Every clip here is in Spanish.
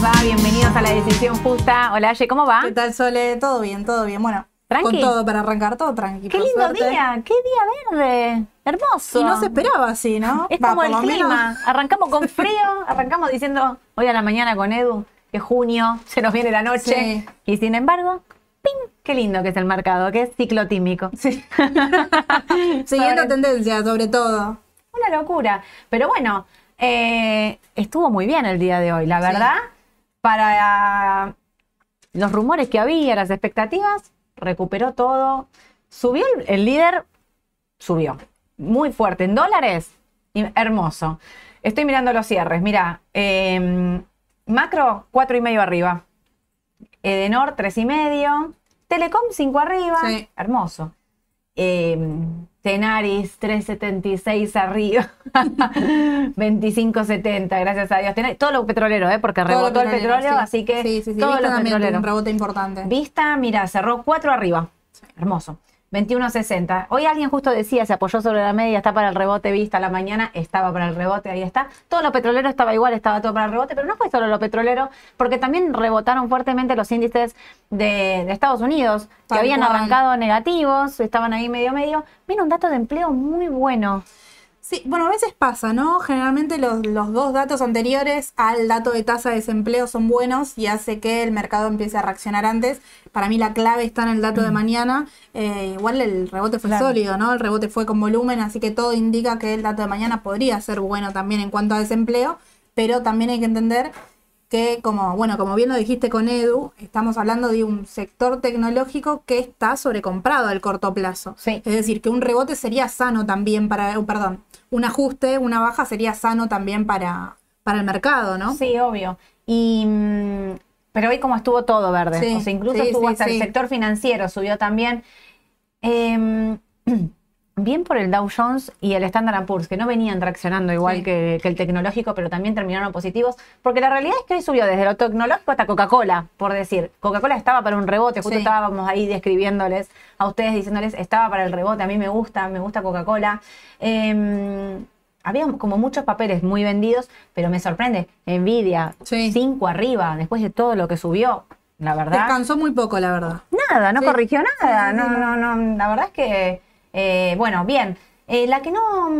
va? Bienvenidos a La Decisión Justa. Hola, Aye, ¿cómo va? ¿Qué tal, Sole? Todo bien, todo bien. Bueno, ¿Tranqui? con todo para arrancar, todo tranqui. ¡Qué por lindo suerte. día! ¡Qué día verde! ¡Hermoso! Y no se esperaba así, ¿no? Es Va, como por el lo clima. menos. Arrancamos con frío, arrancamos diciendo hoy a la mañana con Edu que junio, se nos viene la noche. Sí. Y sin embargo, ¡ping! ¡Qué lindo que es el mercado! Que es ciclotímico. Sí. Siguiendo tendencia, sobre todo. Una locura. Pero bueno, estuvo muy bien el día de hoy, la verdad. Para los rumores que había, las expectativas, recuperó todo. Subió el líder, subió. Muy fuerte. En dólares, hermoso. Estoy mirando los cierres. Mira, Macro, 4,5 arriba. Edenor, 3,5. Telecom, 5 arriba. Sí. Hermoso. Tenaris, 3,76 arriba. 25,70, gracias a Dios. Todo lo petrolero, porque Todo rebotó el petrolero, petróleo, sí. así que Sí. todo Vista lo también tuvo petrolero. un rebote importante. Vista, mira, cerró 4 arriba. Hermoso. 21,60. Hoy alguien justo decía, se apoyó sobre la media, está para el rebote. Vista a la mañana, estaba para el rebote, ahí está. Todo lo petrolero estaba igual, estaba todo para el rebote, pero no fue solo lo petrolero, porque también rebotaron fuertemente los índices de Estados Unidos, que Tal habían cual. arrancado negativos, estaban ahí medio. Vino un dato de empleo muy bueno. Sí, bueno, a veces pasa, ¿no? Generalmente los dos datos anteriores al dato de tasa de desempleo son buenos y hace que el mercado empiece a reaccionar antes. Para mí la clave está en el dato de mañana. Igual el rebote fue Claro. sólido, ¿no? El rebote fue con volumen, así que todo indica que el dato de mañana podría ser bueno también en cuanto a desempleo, pero también hay que entender que, como bien lo dijiste con Edu, estamos hablando de un sector tecnológico que está sobrecomprado al corto plazo. Sí. Es decir, que un rebote sería sano también un ajuste, una baja sería sano también para el mercado, ¿no? Sí, obvio. Pero hoy como estuvo todo verde, Sí, o sea, incluso sí, estuvo sí, hasta el sí. sector financiero, subió también. Bien por el Dow Jones y el Standard & Poor's, que no venían traccionando igual Sí. que el tecnológico, pero también terminaron positivos, porque la realidad es que hoy subió desde lo tecnológico hasta Coca-Cola, por decir. Coca-Cola estaba para un rebote, justo Sí. estábamos ahí describiéndoles a ustedes, diciéndoles, estaba para el rebote, a mí me gusta Coca-Cola. Había como muchos papeles muy vendidos, pero me sorprende, Nvidia, Sí. 5 arriba, después de todo lo que subió, la verdad. Descansó muy poco, la verdad. Nada, no Sí. corrigió nada. Sí, sí, sí. No. La verdad es que, bueno, bien. La que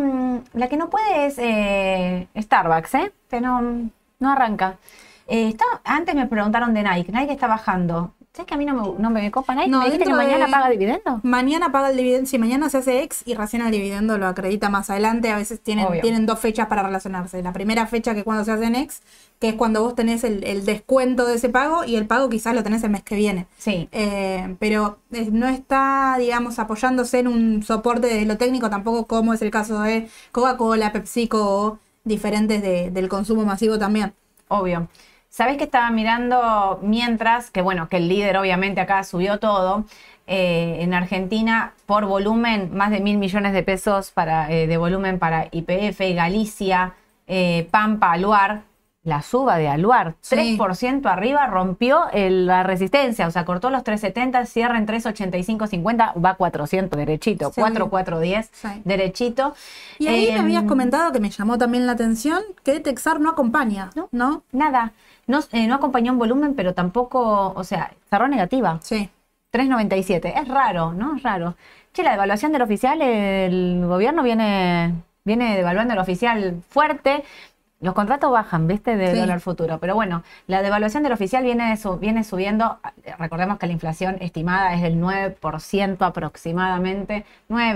no puede es Starbucks, que no arranca. Antes me preguntaron de Nike. Nike está bajando. ¿Sabes que a mí no me copa Nike? No, ¿Me dijiste que dentro mañana de- paga dividendo? Mañana paga el dividendo, si mañana se hace ex y recién el dividendo lo acredita más adelante, a veces Obvio. tienen 2 fechas para relacionarse. La primera fecha que es cuando se hacen ex, que es cuando vos tenés el descuento de ese pago y el pago quizás lo tenés el mes que viene. Sí. Pero no está, digamos, apoyándose en un soporte de lo técnico tampoco, como es el caso de Coca-Cola, PepsiCo o diferentes del consumo masivo también. Obvio. ¿Sabés que estaba mirando mientras, que bueno, que el líder obviamente acá subió todo, en Argentina por volumen, más de 1.000 millones de pesos de volumen para YPF, Galicia, Pampa, Aluar, la suba de Aluar, Sí. 3% arriba, rompió la resistencia, o sea, cortó los 370, cierra en 385.50, va 400 derechito, Sí. 4,410 Sí. derechito. Y ahí me habías Em, comentado que me llamó también la atención que Texar no acompaña, ¿no? Nada, no acompañó en volumen, pero tampoco, o sea, cerró negativa, Sí. 3,97. Es raro, ¿no? Es raro. Che, la devaluación del oficial, el gobierno viene devaluando el oficial fuerte. Los contratos bajan, ¿viste? De Sí. dólar futuro. Pero bueno, la devaluación del oficial viene subiendo. Recordemos que la inflación estimada es del 9% aproximadamente.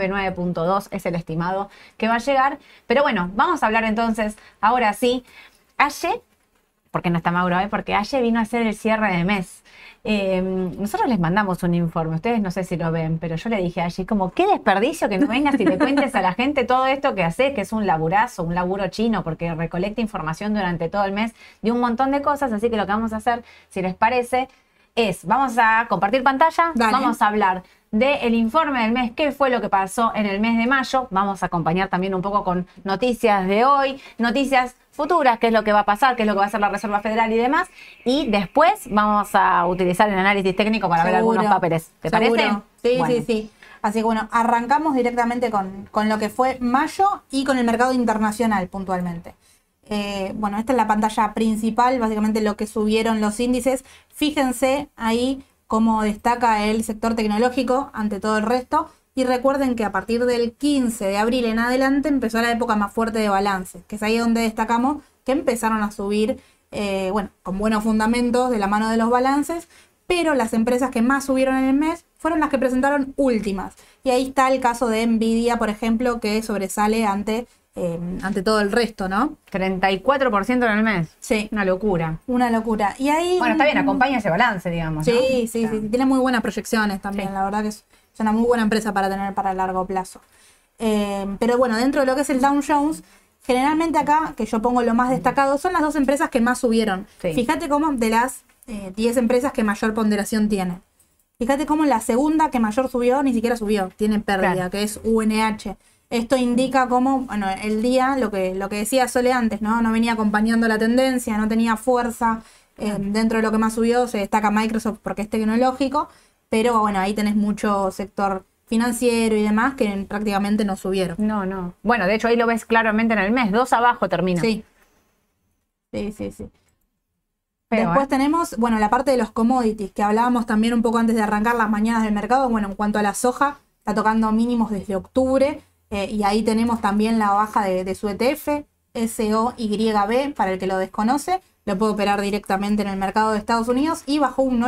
9,2 es el estimado que va a llegar. Pero bueno, vamos a hablar entonces, ahora sí. Aye, porque no está Mauro, porque Aye vino a hacer el cierre de mes. Nosotros les mandamos un informe, ustedes no sé si lo ven, pero yo le dije a Aye, como qué desperdicio que no vengas y le cuentes a la gente todo esto que haces, que es un laburazo, un laburo chino, porque recolecta información durante todo el mes de un montón de cosas, así que lo que vamos a hacer, si les parece, vamos a compartir pantalla, Dale. vamos a hablar del informe del mes, qué fue lo que pasó en el mes de mayo, vamos a acompañar también un poco con noticias de hoy, noticias futuras, qué es lo que va a pasar, qué es lo que va a hacer la Reserva Federal y demás, y después vamos a utilizar el análisis técnico para ver Seguro, algunos papeles. ¿Te seguro. parece? Sí, Bueno. sí. Así que bueno, arrancamos directamente con lo que fue mayo y con el mercado internacional puntualmente. Bueno, esta es la pantalla principal, básicamente lo que subieron los índices. Fíjense ahí cómo destaca el sector tecnológico ante todo el resto. Y recuerden que a partir del 15 de abril en adelante empezó la época más fuerte de balance, que es ahí donde destacamos que empezaron a subir, bueno, con buenos fundamentos de la mano de los balances, pero las empresas que más subieron en el mes fueron las que presentaron últimas. Y ahí está el caso de Nvidia, por ejemplo, que sobresale ante todo el resto, ¿no? 34% en el mes. Sí. Una locura. Una locura. Y ahí, bueno, está bien, acompaña ese balance, digamos, ¿no? Sí, sí, sí. Tiene muy buenas proyecciones también. Sí. La verdad que es una muy buena empresa para tener para largo plazo. Pero bueno, dentro de lo que es el Dow Jones, generalmente acá, que yo pongo lo más destacado, son las 2 empresas que más subieron. Sí. Fíjate cómo de las 10 empresas que mayor ponderación tienen. Fíjate cómo la segunda que mayor subió ni siquiera subió, tiene pérdida, claro, que es UNH. Esto indica cómo, bueno, el día, lo que decía Sole antes, ¿no? No venía acompañando la tendencia, no tenía fuerza. Dentro de lo que más subió se destaca Microsoft porque es tecnológico, pero bueno, ahí tenés mucho sector financiero y demás que prácticamente no subieron. No. Bueno, de hecho ahí lo ves claramente en el mes, 2 abajo termina. Sí. Sí. Pero, después tenemos, bueno, la parte de los commodities, que hablábamos también un poco antes de arrancar las mañanas del mercado. Bueno, en cuanto a la soja, está tocando mínimos desde octubre. Y ahí tenemos también la baja de su ETF, SOYB, para el que lo desconoce. Lo puede operar directamente en el mercado de Estados Unidos y bajó un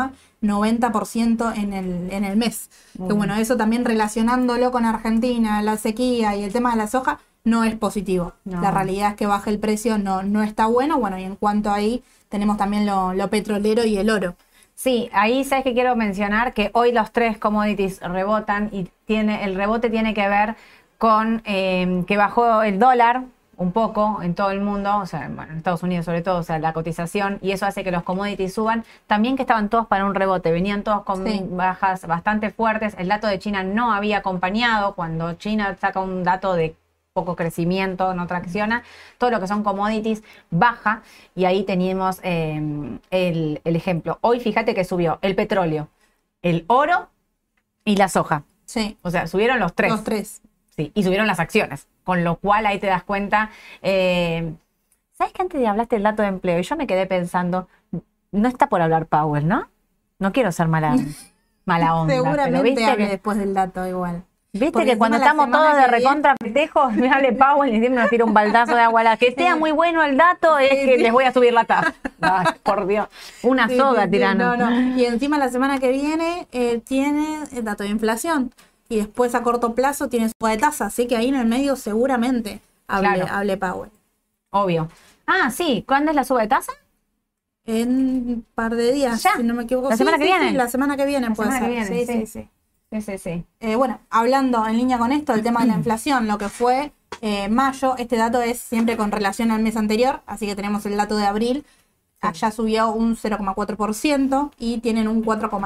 8,90% en el mes. Que bueno, eso también relacionándolo con Argentina, la sequía y el tema de la soja, no es positivo. No. La realidad es que baja el precio, no está bueno. Bueno, y en cuanto a ahí, tenemos también lo petrolero y el oro. Sí, ahí sabes que quiero mencionar que hoy los 3 commodities rebotan y el rebote tiene que ver con que bajó el dólar un poco en todo el mundo, o sea, bueno, en Estados Unidos sobre todo, o sea, la cotización, y eso hace que los commodities suban. También que estaban todos para un rebote, venían todos con bajas bastante fuertes. El dato de China no había acompañado. Cuando China saca un dato de poco crecimiento, no tracciona, todo lo que son commodities baja, y ahí teníamos el ejemplo. Hoy fíjate que subió el petróleo, el oro y la soja. Sí. O sea, subieron los 3. Los 3. Sí, y subieron las acciones, con lo cual ahí te das cuenta. ¿Sabes que antes de hablaste del dato de empleo? Y yo me quedé pensando, no está por hablar Powell, ¿no? No quiero ser mala onda. Seguramente hable después del dato igual. Viste porque que cuando estamos todos de recontra festejos, me hable Powell y siempre nos tira un baldazo de agua a la que sea muy bueno el dato, es que les voy a subir la tasa. Ay, por Dios, una soga tirando. No. Y encima la semana que viene tiene el dato de inflación y después a corto plazo tiene suba de tasa, así que ahí en el medio seguramente hable Powell. Obvio. Ah, sí, ¿cuándo es la suba de tasa? En un par de días, ¿Ya? si no me equivoco. ¿La semana que viene? Sí, la semana que viene puede ser. Sí. Bueno, hablando en línea con esto, el tema de la inflación, lo que fue mayo, este dato es siempre con relación al mes anterior, así que tenemos el dato de abril, allá subió un 0,4% y tienen un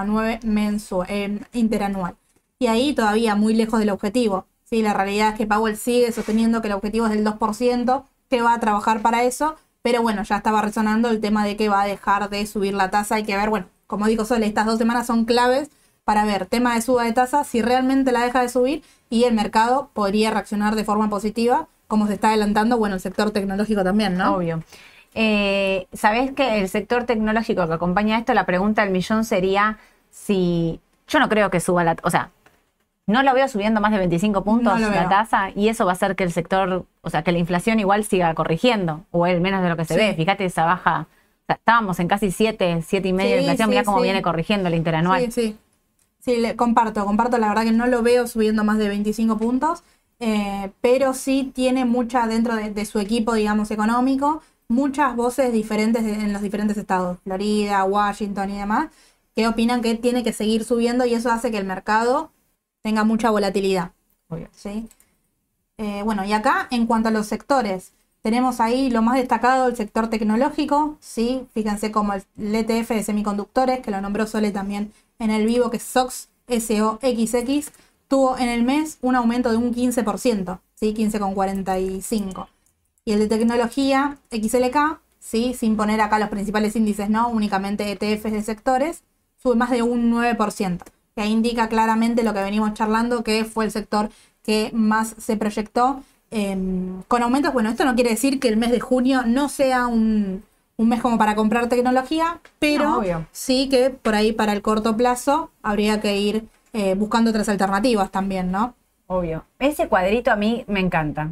4,9% interanual. Y ahí todavía muy lejos del objetivo. ¿Sí? La realidad es que Powell sigue sosteniendo que el objetivo es del 2%, que va a trabajar para eso, pero bueno, ya estaba resonando el tema de que va a dejar de subir la tasa. Hay que ver, bueno, como dijo Sole, estas 2 semanas son claves para ver tema de suba de tasa, si realmente la deja de subir y el mercado podría reaccionar de forma positiva, como se está adelantando, bueno, el sector tecnológico también, ¿no? Obvio. ¿Sabés que el sector tecnológico que acompaña esto, la pregunta del millón sería si... Yo no creo que suba la... O sea, no lo veo subiendo más de 25 puntos la tasa, y eso va a hacer que el sector, o sea, que la inflación igual siga corrigiendo, o el menos de lo que se ve. Fíjate esa baja, o sea, estábamos en casi 7,5 de inflación, mirá cómo viene corrigiendo el interanual. Sí, comparto, la verdad que no lo veo subiendo más de 25 puntos, pero sí tiene mucha dentro de su equipo, digamos, económico, muchas voces diferentes en los diferentes estados, Florida, Washington y demás, que opinan que tiene que seguir subiendo y eso hace que el mercado tenga mucha volatilidad. ¿Sí? Bueno, y acá en cuanto a los sectores, tenemos ahí lo más destacado, el sector tecnológico, ¿sí? Fíjense como el ETF de semiconductores, que lo nombró Sole también en el vivo, que es SOX, SOXX, tuvo en el mes un aumento de un 15%, ¿sí? 15,45%. Y el de tecnología, XLK, ¿sí? Sin poner acá los principales índices, ¿no? Únicamente ETFs de sectores, sube más de un 9%, que indica claramente lo que venimos charlando, que fue el sector que más se proyectó con aumentos. Bueno, esto no quiere decir que el mes de junio no sea un mes como para comprar tecnología, pero No, obvio. sí que por ahí para el corto plazo habría que ir buscando otras alternativas también, ¿no? Obvio. Ese cuadrito a mí me encanta.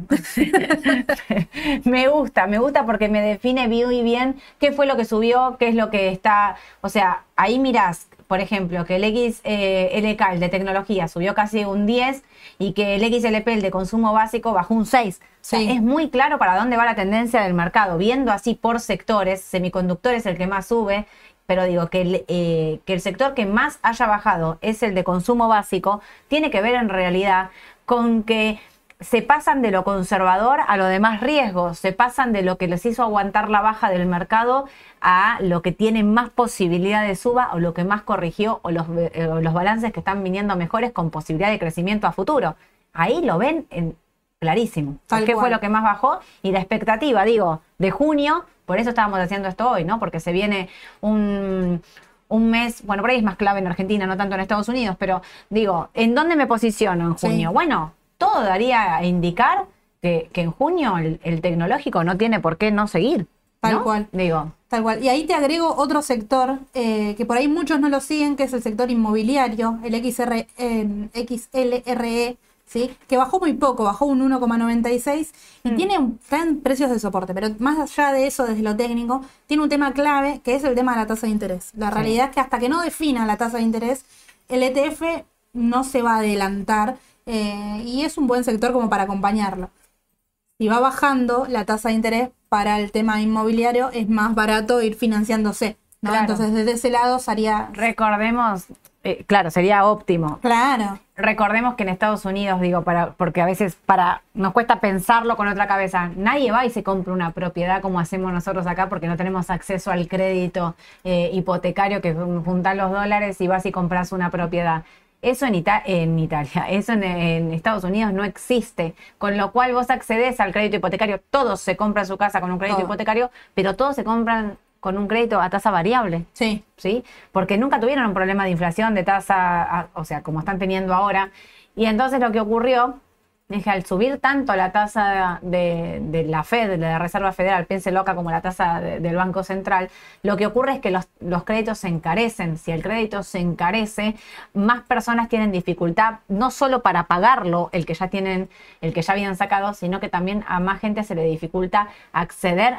Me gusta porque me define muy bien qué fue lo que subió, qué es lo que está. O sea, ahí mirás, por ejemplo, que el XLK, el de tecnología, subió casi un 10 y que el XLP, el de consumo básico, bajó un 6. O sea, Sí. es muy claro para dónde va la tendencia del mercado. Viendo así por sectores, semiconductores es el que más sube, pero digo que el sector que más haya bajado es el de consumo básico, tiene que ver en realidad con que se pasan de lo conservador a lo de más riesgo, se pasan de lo que les hizo aguantar la baja del mercado a lo que tiene más posibilidad de suba o lo que más corrigió o los balances que están viniendo mejores con posibilidad de crecimiento a futuro. Ahí lo ven clarísimo. Tal ¿Qué fue cual. lo que más bajó? Y la expectativa, digo, de junio, por eso estábamos haciendo esto hoy, ¿no? Porque se viene un mes, bueno, por ahí es más clave en Argentina, no tanto en Estados Unidos, pero digo, ¿en dónde me posiciono en junio? Sí. Bueno, todo daría a indicar que en junio el tecnológico no tiene por qué no seguir. Tal ¿no? cual. Digo, Tal cual. Y ahí te agrego otro sector que por ahí muchos no lo siguen, que es el sector inmobiliario, el XLRE, ¿sí? Que bajó muy poco, bajó un 1,96 y está en precios de soporte. Pero más allá de eso, desde lo técnico, tiene un tema clave, que es el tema de la tasa de interés. La realidad es que hasta que no defina la tasa de interés, el ETF no se va a adelantar y es un buen sector como para acompañarlo. Si va bajando la tasa de interés para el tema inmobiliario, es más barato ir financiándose, ¿no? Claro. Entonces, desde ese lado sería... recordemos, claro, sería óptimo. Claro, Recordemos que en Estados Unidos, digo, porque a veces nos cuesta pensarlo con otra cabeza, nadie va y se compra una propiedad como hacemos nosotros acá porque no tenemos acceso al crédito hipotecario que juntás los dólares y vas y compras una propiedad. Eso en Italia, eso en Estados Unidos no existe, con lo cual vos accedes al crédito hipotecario, todos se compran su casa con un crédito Todo. hipotecario, pero todos se compran con un crédito a tasa variable. sí. ¿Sí? Porque nunca tuvieron un problema de inflación, de tasa, o sea, como están teniendo ahora. Y entonces lo que ocurrió es que al subir tanto la tasa de la Fed, de la Reserva Federal, piense loca como la tasa del Banco Central, lo que ocurre es que los créditos se encarecen. Si el crédito se encarece, más personas tienen dificultad, no solo para pagarlo, el que ya habían sacado, sino que también a más gente se le dificulta acceder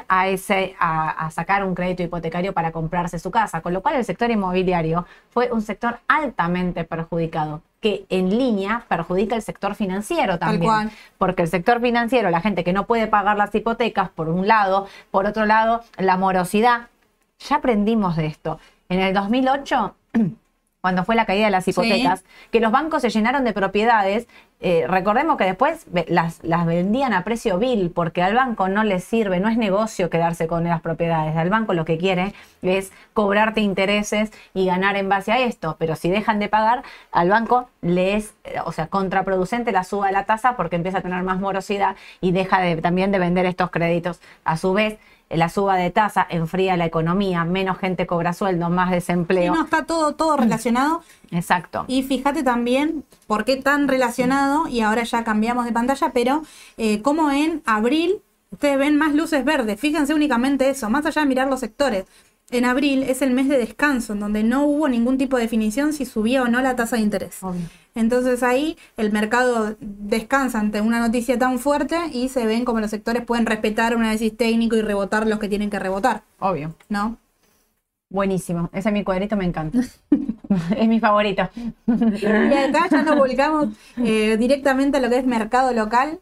a sacar un crédito hipotecario para comprarse su casa. Con lo cual el sector inmobiliario fue un sector altamente perjudicado, que en línea perjudica el sector financiero también. Tal cual. Porque el sector financiero, la gente que no puede pagar las hipotecas, por un lado, por otro lado, la morosidad. Ya aprendimos de esto. En el 2008, cuando fue la caída de las hipotecas, que los bancos se llenaron de propiedades. Recordemos que después las vendían a precio vil, porque al banco no les sirve, no es negocio quedarse con las propiedades. Al banco lo que quiere es cobrarte intereses y ganar en base a esto, pero si dejan de pagar, al banco le es, o sea, contraproducente la suba de la tasa porque empieza a tener más morosidad y deja también de vender estos créditos. A su vez, la suba de tasa enfría la economía, menos gente cobra sueldo, más Sí, desempleo. no, está todo relacionado. Exacto. Y fíjate también por qué tan relacionado, y ahora ya cambiamos de pantalla, pero como en abril ustedes ven más luces verdes. Fíjense únicamente eso, más allá de mirar los sectores. En abril es el mes de descanso, en donde no hubo ningún tipo de definición si subía o no la tasa de interés. Obvio. Entonces ahí el mercado descansa ante una noticia tan fuerte y se ven como los sectores pueden respetar un análisis técnico y rebotar los que tienen que rebotar, Obvio. ¿no? Buenísimo. Ese es mi cuadrito, me encanta. Es mi favorito. Y acá ya nos volcamos directamente a lo que es mercado local.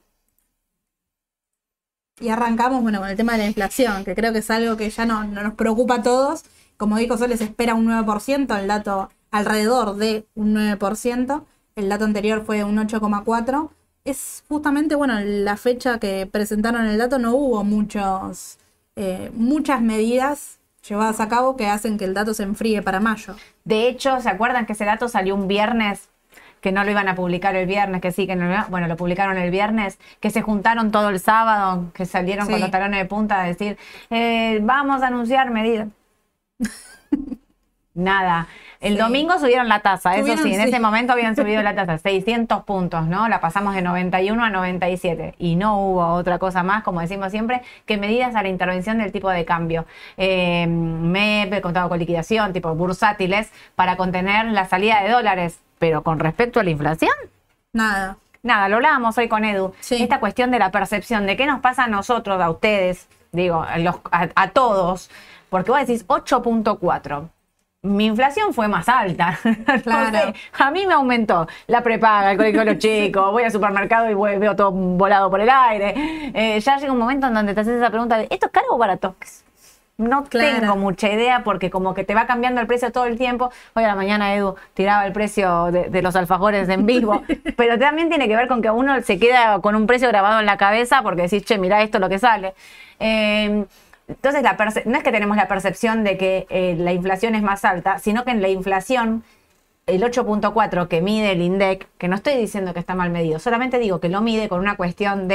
Y arrancamos, bueno, con el tema de la inflación, que creo que es algo que ya no nos preocupa a todos. Como dijo Sol, se espera un 9%, el dato alrededor de un 9%. El dato anterior fue un 8,4%. Es justamente, bueno, la fecha que presentaron el dato no hubo muchas medidas llevadas a cabo que hacen que el dato se enfríe para mayo. De hecho, ¿se acuerdan que ese dato salió un viernes? Que no lo iban a publicar el viernes, que sí, que no bueno, lo publicaron el viernes, que se juntaron todo el sábado, que salieron con los talones de punta a decir, vamos a anunciar medidas. Nada. El Sí. domingo subieron la tasa, eso sí, Subieron, en sí. ese momento habían subido la tasa, 600 puntos, ¿no? La pasamos de 91 a 97 y no hubo otra cosa más, como decimos siempre, que medidas a la intervención del tipo de cambio. MEP, contado con liquidación, tipo bursátiles, para contener la salida de dólares, pero con respecto a la inflación, Nada. nada, lo hablábamos hoy con Edu. Sí. Esta cuestión de la percepción de qué nos pasa a nosotros, a ustedes, digo, a todos, porque vos decís 8.4. Mi inflación fue más alta. No Claro. sé, a mí me aumentó la prepaga, el colegio de los chicos, voy al supermercado y veo todo volado por el aire. Ya llega un momento en donde te haces esa pregunta de, ¿esto es caro o barato? No Claro. tengo mucha idea porque como que te va cambiando el precio todo el tiempo. Hoy a la mañana Edu tiraba el precio de los alfajores en vivo, pero también tiene que ver con que uno se queda con un precio grabado en la cabeza porque decís, che, mirá esto lo que sale. Entonces, no es que tenemos la percepción de que la inflación es más alta, sino que en la inflación, el 8.4 que mide el INDEC, que no estoy diciendo que está mal medido, solamente digo que lo mide con una cuestión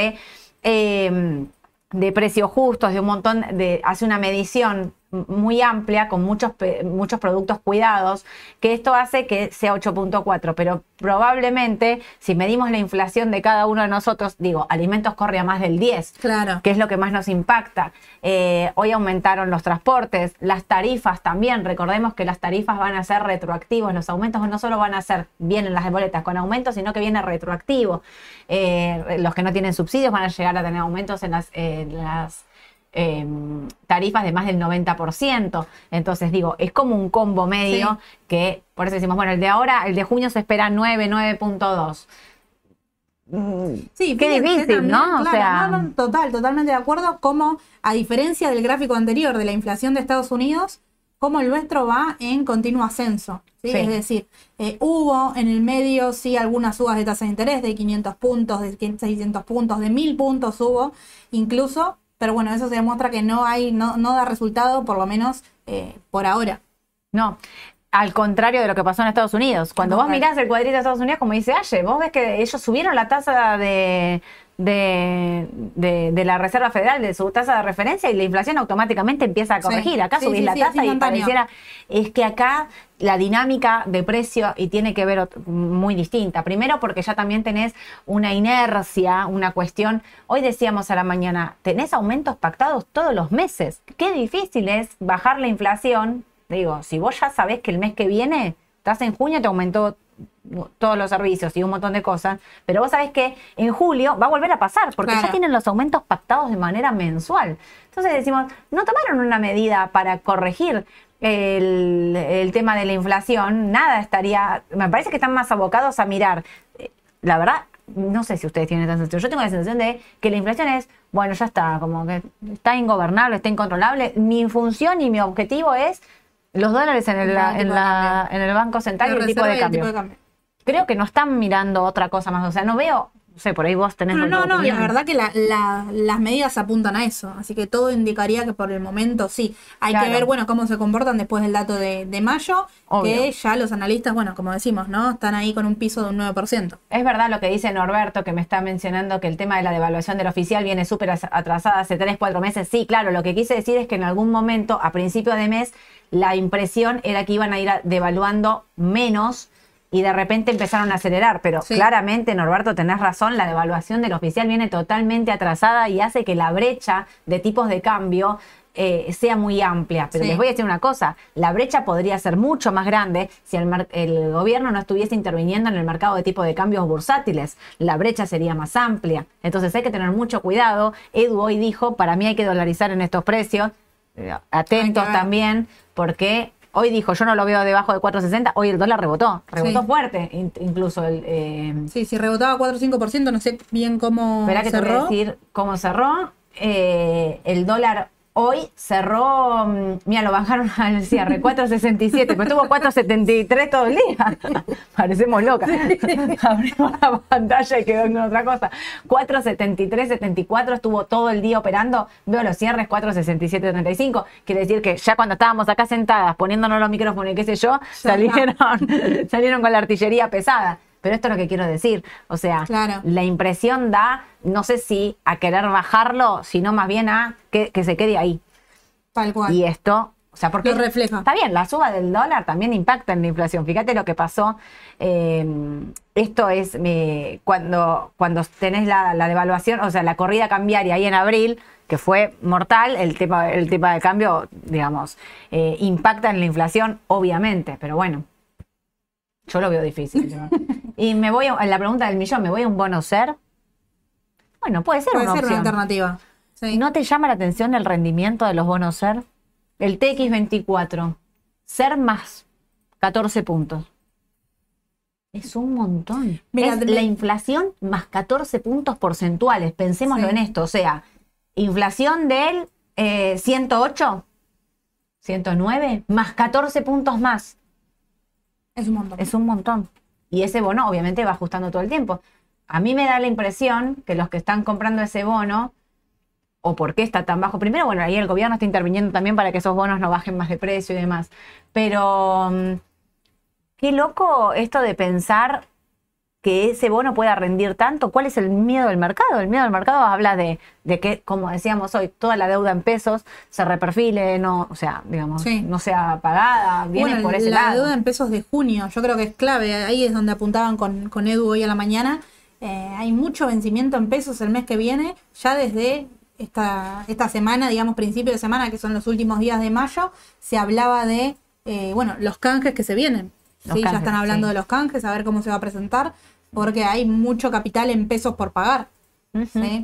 de precios justos, de un montón hace una medición muy amplia con muchos productos cuidados, que esto hace que sea 8.4, pero probablemente si medimos la inflación de cada uno de nosotros, digo, alimentos corre a más del 10, Claro. que es lo que más nos impacta. Hoy aumentaron los transportes, las tarifas también, recordemos que las tarifas van a ser retroactivos, los aumentos no solo van a ser, vienen las boletas con aumentos, sino que viene retroactivo. Los que no tienen subsidios van a llegar a tener aumentos en las tarifas de más del 90%. Entonces digo, es como un combo medio que, por eso decimos, bueno, el de ahora, el de junio se espera 9.2. Sí, Qué fíjense difícil, también, ¿no? O claro, sea, no, totalmente de acuerdo. Como, a diferencia del gráfico anterior de la inflación de Estados Unidos, como el nuestro va en continuo ascenso. ¿Sí? Sí. Es decir, hubo en el medio, sí, algunas subas de tasa de interés de 500 puntos, de 600 puntos, de 1000 puntos hubo, incluso, pero bueno, eso se demuestra que no da resultado, por lo menos por ahora. no, al contrario de lo que pasó en Estados Unidos. Cuando vos Correcto. mirás el cuadrito de Estados Unidos, como dice Aye, vos ves que ellos subieron la tasa de la Reserva Federal, de su tasa de referencia, y la inflación automáticamente empieza a corregir. Sí, Acá sí, subís sí, la sí, tasa es y instantáneo. pareciera, es que acá la dinámica de precio y tiene que ver muy distinta. Primero porque ya también tenés una inercia, una cuestión. Hoy decíamos a la mañana, tenés aumentos pactados todos los meses. Qué difícil es bajar la inflación. Digo, si vos ya sabés que el mes que viene, estás en junio, te aumentó todos los servicios y un montón de cosas, pero vos sabés que en julio va a volver a pasar, porque Claro. ya tienen los aumentos pactados de manera mensual. Entonces decimos, no tomaron una medida para corregir el tema de la inflación, nada estaría, me parece que están más abocados a mirar, la verdad, no sé si ustedes tienen esa sensación, yo tengo la sensación de que la inflación es, bueno, ya está, como que está ingobernable, está incontrolable, mi función y mi objetivo es los dólares en el Banco Central y el tipo de cambio. Creo que no están mirando otra cosa más, o sea, no veo, no sé, por ahí vos tenés No, otra la opinión. verdad que las medidas apuntan a eso, así que todo indicaría que por el momento sí. Hay Claro. que ver, bueno, cómo se comportan después del dato de mayo, Obvio. que ya los analistas, bueno, como decimos, ¿no? Están ahí con un piso de un 9%. Es verdad lo que dice Norberto, que me está mencionando que el tema de la devaluación del oficial viene súper atrasada hace 3-4 meses. Sí, claro, lo que quise decir es que en algún momento, a principio de mes, la impresión era que iban a ir devaluando menos y de repente empezaron a acelerar. Pero Sí. claramente, Norberto, tenés razón, la devaluación del oficial viene totalmente atrasada y hace que la brecha de tipos de cambio sea muy amplia. Pero Sí. les voy a decir una cosa, la brecha podría ser mucho más grande si el gobierno no estuviese interviniendo en el mercado de tipos de cambios bursátiles. La brecha sería más amplia. Entonces hay que tener mucho cuidado. Edu hoy dijo, para mí hay que dolarizar en estos precios. Atentos Hay que ver. también, porque hoy dijo, yo no lo veo debajo de 4.60, hoy el dólar rebotó Sí. fuerte, incluso Sí, si rebotaba 4 o 5%, no sé bien cómo Esperá que te voy a cerró. decir cómo cerró. El dólar hoy cerró, mira, lo bajaron al cierre, 4.67, pero estuvo 4.73 todo el día. Parecemos locas. Abrimos la pantalla y quedó en otra cosa. 4.73, 74 estuvo todo el día operando. Veo los cierres 4.67, 35. Quiere decir que ya cuando estábamos acá sentadas, poniéndonos los micrófonos y qué sé yo, salieron con la artillería pesada. Pero esto es lo que quiero decir. O sea, Claro. la impresión da, no sé si a querer bajarlo, sino más bien a que se quede ahí. Tal cual. Y esto O sea, porque Lo refleja. está bien, la suba del dólar también impacta en la inflación. Fíjate lo que pasó. Esto es cuando tenés la devaluación, o sea, la corrida cambiaria ahí en abril, que fue mortal, el tema de cambio, digamos, impacta en la inflación, obviamente, pero bueno, yo lo veo difícil. ¿No? Y me voy a la pregunta del millón, ¿me voy a un bono ser? Bueno, puede ser una opción. Alternativa. Sí. ¿No te llama la atención el rendimiento de los bonos ser? El TX24, ser más 14 puntos. Es un montón. Mira, es la inflación más 14 puntos porcentuales. Pensémoslo en esto. O sea, inflación del 108, 109, más 14 puntos más. Es un montón. Es un montón. Y ese bono obviamente va ajustando todo el tiempo. A mí me da la impresión que los que están comprando ese bono, o por qué está tan bajo. Primero, bueno, ahí el gobierno está interviniendo también para que esos bonos no bajen más de precio y demás. Pero qué loco esto de pensar que ese bono pueda rendir tanto. ¿Cuál es el miedo del mercado? El miedo del mercado habla de que, como decíamos hoy, toda la deuda en pesos se reperfile, no, o sea, digamos, no sea pagada, viene por ese lado. La deuda en pesos de junio, yo creo que es clave. Ahí es donde apuntaban con Edu hoy a la mañana. Hay mucho vencimiento en pesos el mes que viene, ya desde esta semana, digamos, principio de semana, que son los últimos días de mayo, se hablaba de, los canjes que se vienen. ¿Sí? Ya están hablando de los canjes, a ver cómo se va a presentar, porque hay mucho capital en pesos por pagar. ¿Sí?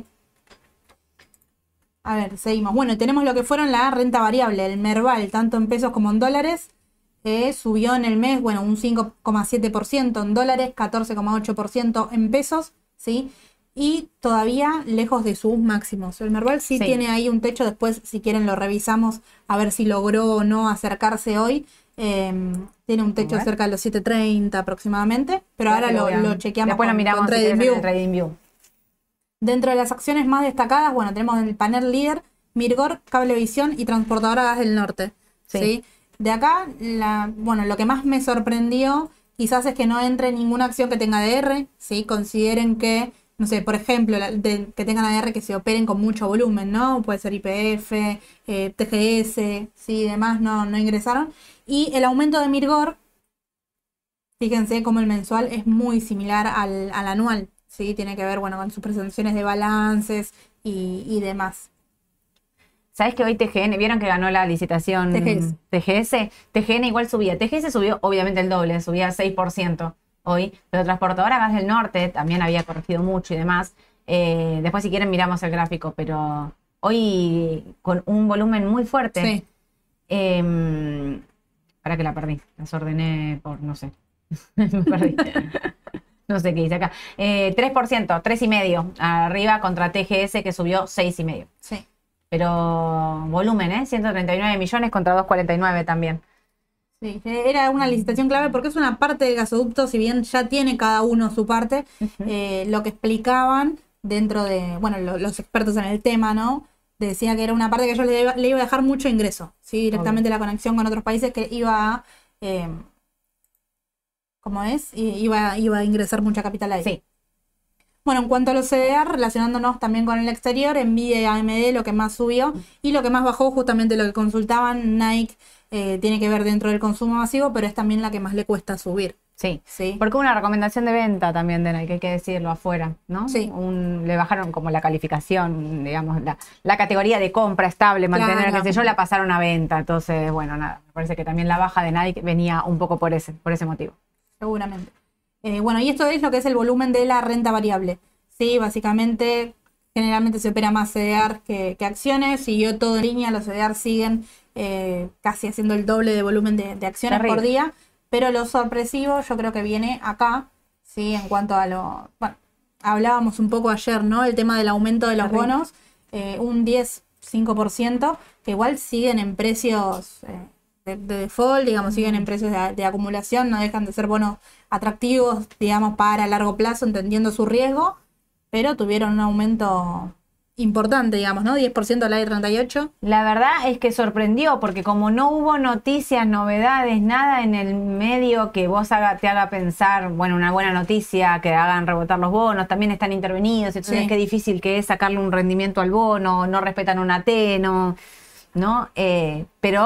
A ver, seguimos. Bueno, tenemos lo que fueron la renta variable, el Merval, tanto en pesos como en dólares, subió en el mes, bueno, un 5,7% en dólares, 14,8% en pesos, ¿sí? Y todavía lejos de sus máximos. El Merval sí tiene ahí un techo, después si quieren lo revisamos a ver si logró o no acercarse hoy. Tiene un techo cerca de los 7.30 aproximadamente, pero ahora lo chequeamos. Después lo miramos con TradingView. Dentro de las acciones más destacadas, bueno, tenemos el panel líder, Mirgor, Cablevisión y Transportadora Gas del Norte. ¿Sí? De acá, lo que más me sorprendió quizás es que no entre ninguna acción que tenga ADR, ¿sí? Consideren que, no sé, por ejemplo, que tengan ADR que se operen con mucho volumen, ¿no? Puede ser YPF, TGS, ¿sí? Demás no ingresaron. Y el aumento de Mirgor, fíjense cómo el mensual es muy similar al anual, ¿sí? Tiene que ver, con sus presentaciones de balances y demás. ¿Sabes que hoy TGN, vieron que ganó la licitación TGS? TGN igual subía. TGS subió obviamente el doble, subía 6% hoy, pero Transportadora Gas del Norte también había corregido mucho y demás. Después si quieren miramos el gráfico, pero hoy con un volumen muy fuerte. Sí. Para que la perdí, las ordené por, no sé, me perdí. No sé qué dice acá. 3%, 3,5% arriba contra TGS que subió 6,5%. Sí. Pero volumen, 139 millones contra 249 también. Sí, era una licitación clave porque es una parte del gasoducto, si bien ya tiene cada uno su parte, lo que explicaban dentro de, los expertos en el tema, ¿no? Decía que era una parte que ellos le iba a dejar mucho ingreso, ¿sí? Directamente la conexión con otros países que iba a, iba a ingresar mucha capital ahí. Sí. Bueno, en cuanto a los CDR, relacionándonos también con el exterior, Nvidia y AMD lo que más subió y lo que más bajó, justamente lo que consultaban, Nike tiene que ver dentro del consumo masivo, pero es también la que más le cuesta subir. Sí, porque una recomendación de venta también de Nike, hay que decirlo afuera, ¿no? Sí. Le bajaron como la calificación, digamos, la categoría de compra estable, mantener, qué sé yo, la pasaron a venta. Entonces, nada, me parece que también la baja de Nike venía un poco por ese motivo. Seguramente. Y esto es lo que es el volumen de la renta variable. Sí, básicamente, generalmente se opera más CDR que acciones. Siguió todo en línea, los CDR siguen casi haciendo el doble de volumen de acciones por día. Pero lo sorpresivo yo creo que viene acá, ¿sí? En cuanto a hablábamos un poco ayer, ¿no? El tema del aumento de los bonos, un 10-5%, que igual siguen en precios de default, digamos, siguen en precios de acumulación, no dejan de ser bonos atractivos, digamos, para largo plazo, entendiendo su riesgo, pero tuvieron un aumento importante, digamos, ¿no? 10% al I38. La verdad es que sorprendió, porque como no hubo noticias, novedades, nada en el medio que vos te haga pensar, una buena noticia, que hagan rebotar los bonos, también están intervenidos, entonces qué difícil que es sacarle un rendimiento al bono, no respetan una T, ¿no? Pero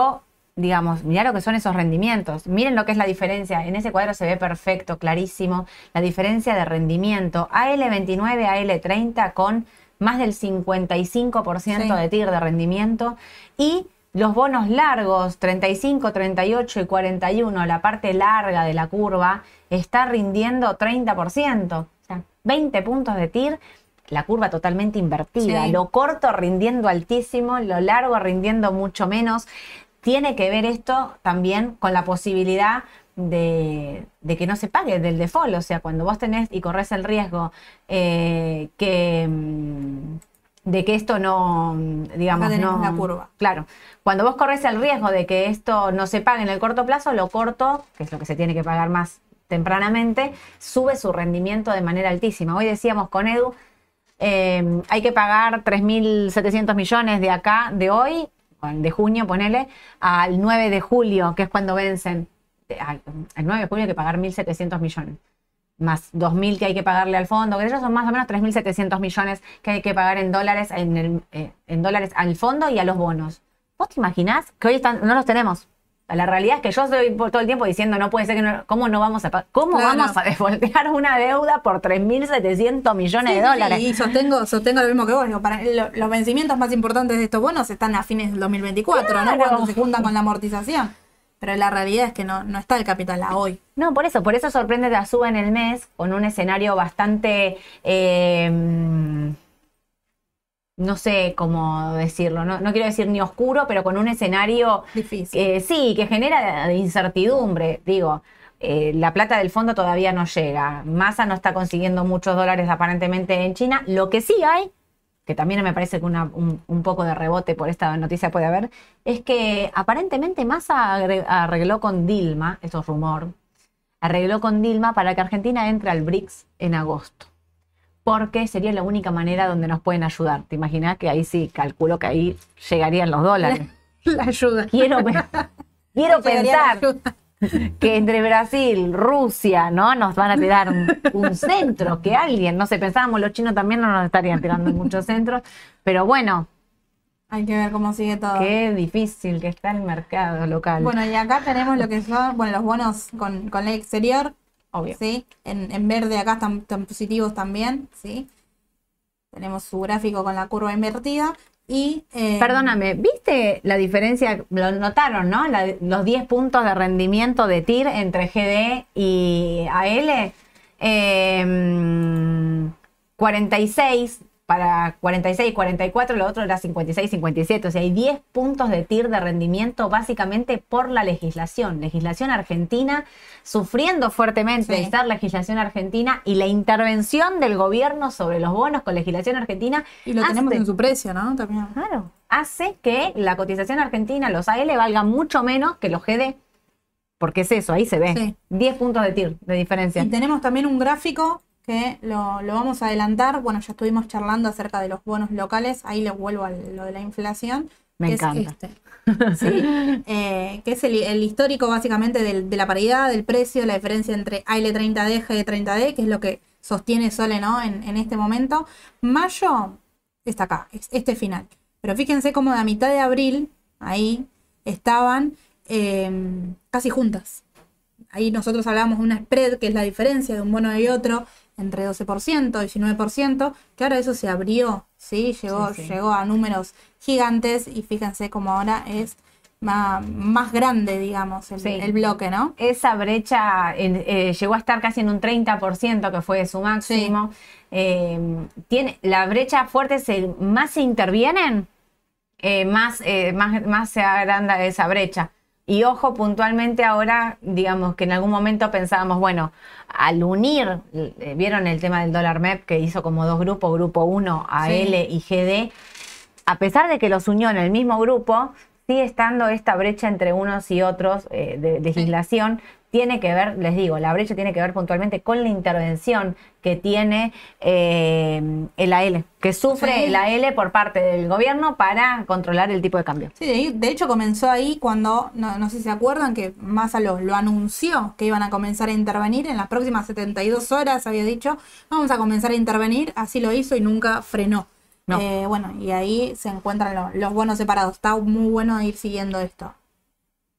digamos, mirá lo que son esos rendimientos. Miren lo que es la diferencia. En ese cuadro se ve perfecto, clarísimo, la diferencia de rendimiento. AL29, AL30 con más del 55% de TIR de rendimiento. Y los bonos largos, 35, 38 y 41, la parte larga de la curva, está rindiendo 30%. O sea, 20 puntos de TIR, la curva totalmente invertida. Sí. Lo corto rindiendo altísimo, lo largo rindiendo mucho menos. Tiene que ver esto también con la posibilidad de que no se pague del default. O sea, cuando vos tenés y corres el riesgo de que esto no, digamos, Acá tenemos no... la curva. Claro, cuando vos corres el riesgo de que esto no se pague en el corto plazo, lo corto, que es lo que se tiene que pagar más tempranamente, sube su rendimiento de manera altísima. Hoy decíamos con Edu, hay que pagar 3.700 millones de acá, de hoy, de junio, ponele, al 9 de julio, que es cuando vencen. El 9 de julio hay que pagar 1.700 millones. Más 2.000 que hay que pagarle al fondo, que ellos son más o menos 3.700 millones que hay que pagar en dólares, en dólares al fondo y a los bonos. ¿Vos te imaginás que hoy no los tenemos? La realidad es que yo estoy todo el tiempo diciendo, no puede ser que no, ¿cómo no vamos a pagar? ¿Cómo vamos a devolver una deuda por 3.700 millones de dólares? Sí, y sostengo lo mismo que vos. Digo, los vencimientos más importantes de estos bonos están a fines del 2024, Claro. ¿no? Cuando se juntan con la amortización. Pero la realidad es que no está el capital a hoy. No, por eso sorprende la suba en el mes con un escenario bastante, no sé cómo decirlo, no quiero decir ni oscuro, pero con un escenario difícil. Sí, que genera incertidumbre. Digo, la plata del fondo todavía no llega. Massa no está consiguiendo muchos dólares aparentemente en China. Lo que sí hay, que también me parece que un poco de rebote por esta noticia puede haber, es que aparentemente Massa arregló con Dilma, esto es rumor, arregló con Dilma para que Argentina entre al BRICS en agosto. Porque sería la única manera donde nos pueden ayudar. ¿Te imaginas que ahí sí, calculo que ahí llegarían los dólares? La ayuda. Quiero pensar que entre Brasil, Rusia, ¿no? Nos van a tirar un centro, que alguien, no sé, pensábamos los chinos también no nos estarían tirando muchos centros, pero bueno. Hay que ver cómo sigue todo. Qué difícil que está el mercado local. Bueno, y acá tenemos lo que son, los bonos con ley exterior. Obvio. ¿Sí? En verde acá están positivos también, ¿sí? Tenemos su gráfico con la curva invertida. Y, perdóname, ¿viste la diferencia? Lo notaron, ¿no? Los 10 puntos de rendimiento de TIR entre GD y AL. 46 para 46, 44, lo otro era 56, 57. O sea, hay 10 puntos de TIR de rendimiento básicamente por la legislación argentina, sufriendo fuertemente de ser legislación argentina y la intervención del gobierno sobre los bonos con legislación argentina. Y lo tenemos en su precio, ¿no? También. Claro, hace que la cotización argentina, los AL, valgan mucho menos que los GD. Porque es eso, ahí se ve. Sí. 10 puntos de TIR de diferencia. Y tenemos también un gráfico que lo vamos a adelantar. Bueno, ya estuvimos charlando acerca de los bonos locales. Ahí les vuelvo a lo de la inflación. Me encanta. Es ¿sí? Que es el histórico básicamente de la paridad, del precio, la diferencia entre AL30D, GD30D, que es lo que sostiene Sole, ¿no? En este momento. Mayo está acá, este final. Pero fíjense cómo a mitad de abril, ahí estaban casi juntas. Ahí nosotros hablábamos de una spread, que es la diferencia de un bono y otro, entre 12%, 19%, que ahora eso se abrió, ¿sí? Llegó a números gigantes y fíjense cómo ahora es más grande, digamos, el bloque, ¿no? Esa brecha llegó a estar casi en un 30%, que fue su máximo. Sí. La brecha fuerte, más se intervienen, más se agranda esa brecha. Y ojo, puntualmente ahora, digamos que en algún momento pensábamos, bueno, al unir, vieron el tema del dólar MEP que hizo como dos grupos, grupo 1, AL y GD, a pesar de que los unió en el mismo grupo, sigue estando esta brecha entre unos y otros de legislación. Tiene que ver, les digo, la brecha tiene que ver puntualmente con la intervención que tiene el AL, que sufre el AL por parte del gobierno para controlar el tipo de cambio. Sí, de hecho comenzó ahí cuando, no sé si se acuerdan, que Massa lo anunció, que iban a comenzar a intervenir en las próximas 72 horas, había dicho, vamos a comenzar a intervenir, así lo hizo y nunca frenó. No. Bueno, y ahí se encuentran los bonos separados. Está muy bueno ir siguiendo esto.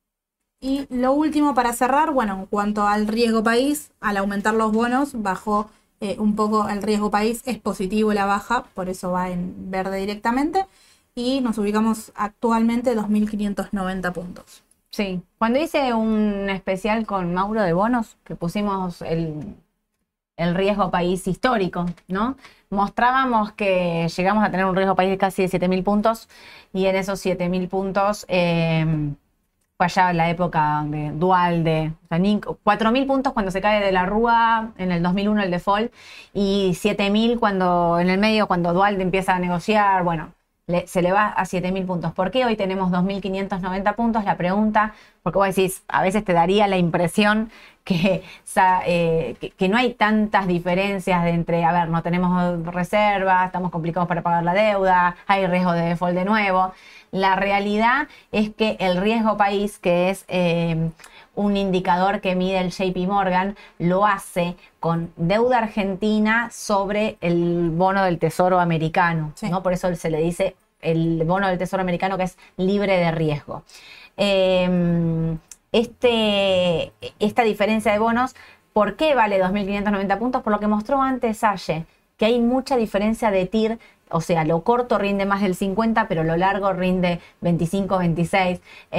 Y lo último para cerrar, bueno, en cuanto al riesgo país, al aumentar los bonos, bajó un poco el riesgo país, es positivo la baja, por eso va en verde directamente, y nos ubicamos actualmente 2.590 puntos. Sí, cuando hice un especial con Mauro de bonos, que pusimos el riesgo país histórico, ¿no? Mostrábamos que llegamos a tener un riesgo país de casi de 7.000 puntos, y en esos 7.000 puntos fue allá en la época de Dualde, o sea, 4.000 puntos cuando se cae de la Rúa, en el 2001 el default, y 7.000 cuando en el medio, cuando Dualde empieza a negociar, bueno, se le va a 7.000 puntos. ¿Por qué hoy tenemos 2.590 puntos? La pregunta, porque vos decís, a veces te daría la impresión que no hay tantas diferencias entre, a ver, no tenemos reservas, estamos complicados para pagar la deuda, hay riesgo de default de nuevo. La realidad es que el riesgo país, que es un indicador que mide el JP Morgan, lo hace con deuda argentina sobre el bono del Tesoro americano, sí, ¿no? Por eso se le dice el bono del Tesoro americano, que es libre de riesgo. Esta diferencia de bonos, ¿por qué vale 2.590 puntos? Por lo que mostró antes Salle, que hay mucha diferencia de TIR. O sea, lo corto rinde más del 50, pero lo largo rinde 25, 26.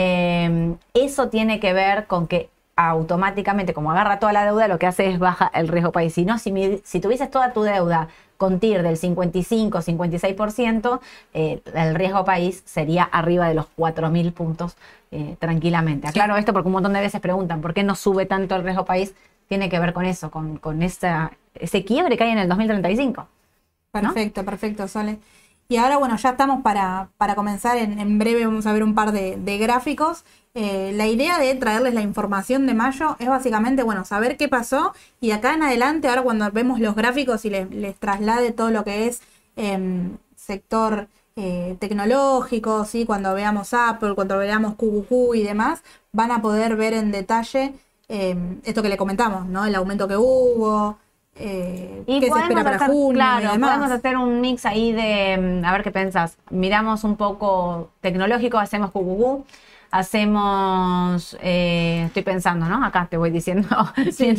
Eso tiene que ver con que automáticamente, como agarra toda la deuda, lo que hace es baja el riesgo país. Si no, si tuvieses toda tu deuda con TIR del 55, 56%, el riesgo país sería arriba de los 4.000 puntos tranquilamente. Aclaro esto porque un montón de veces preguntan ¿por qué no sube tanto el riesgo país? Tiene que ver con eso, con ese quiebre que hay en el 2035. Perfecto, ¿no? Perfecto, Sole. Y ahora, bueno, ya estamos para comenzar. En breve vamos a ver un par de gráficos. La idea de traerles la información de mayo es básicamente, bueno, saber qué pasó. Y de acá en adelante, ahora cuando vemos los gráficos y les traslade todo lo que es sector tecnológico, ¿sí? Cuando veamos Apple, cuando veamos QQQ y demás, van a poder ver en detalle esto que le comentamos, ¿no? El aumento que hubo. Y qué se espera para junio, claro, y demás. podemos hacer un mix ahí de, a ver qué pensás. Miramos un poco tecnológico, hacemos QQQ, hacemos, estoy pensando, ¿no? Acá te voy diciendo, Sí.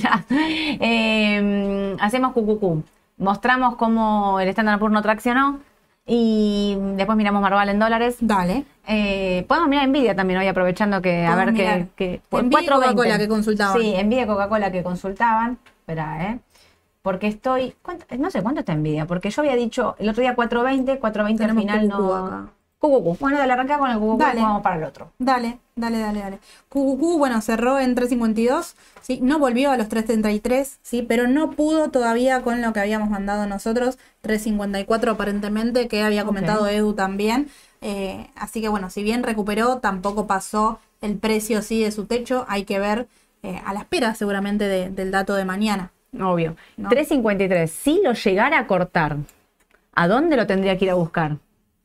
hacemos QQQ, mostramos cómo el Standard & Poor's no traccionó, y después miramos Marval en dólares. Dale. Podemos mirar Nvidia también hoy, aprovechando que, a ver qué Nvidia y Coca-Cola que consultaban. Sí, Nvidia y Coca-Cola que consultaban. Espera, porque estoy, no sé cuánto está Nvidia, porque yo había dicho el otro día 4.20 al final QQQ no. acá. QQQ. Bueno, dale, arrancá con el QQQ y vamos para el otro. Dale. QQQ, bueno, cerró en 3.52, ¿sí? No volvió a los 3.33, ¿sí? Pero no pudo todavía con lo que habíamos mandado nosotros, 3.54 aparentemente, que había comentado Edu también. Así que bueno, si bien recuperó, tampoco pasó el precio sí de su techo. Hay que ver a la espera seguramente del dato de mañana. Obvio. ¿No? 3.53. Si lo llegara a cortar, ¿a dónde lo tendría que ir a buscar?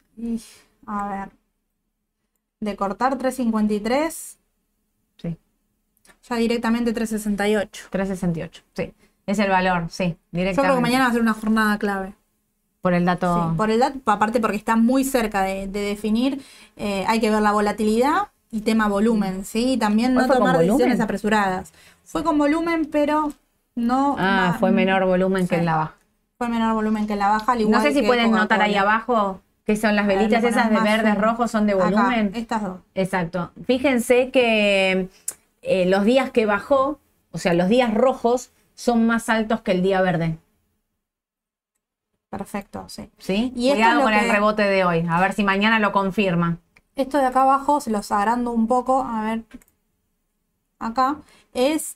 A ver. De cortar 3.53. Sí. Ya directamente 3.68. 3.68. Sí. Es el valor, sí. Directamente. Yo creo que mañana va a ser una jornada clave. Por el dato. Sí, por el dato, aparte porque está muy cerca de definir. Hay que ver la volatilidad y tema volumen, ¿sí? Y también no tomar decisiones apresuradas. Fue con volumen, pero no. Fue menor volumen que en la baja. Fue menor volumen que en la baja, al igual. No sé si pueden notar ahí abajo que son las velitas esas de verdes rojos, son de volumen. Acá, estas dos. Exacto. Fíjense que los días que bajó, o sea, los días rojos son más altos que el día verde. Perfecto, sí. ¿Sí? Y cuidado con el rebote de hoy, a ver si mañana lo confirma. Esto de acá abajo, se los agrando un poco, a ver, acá, es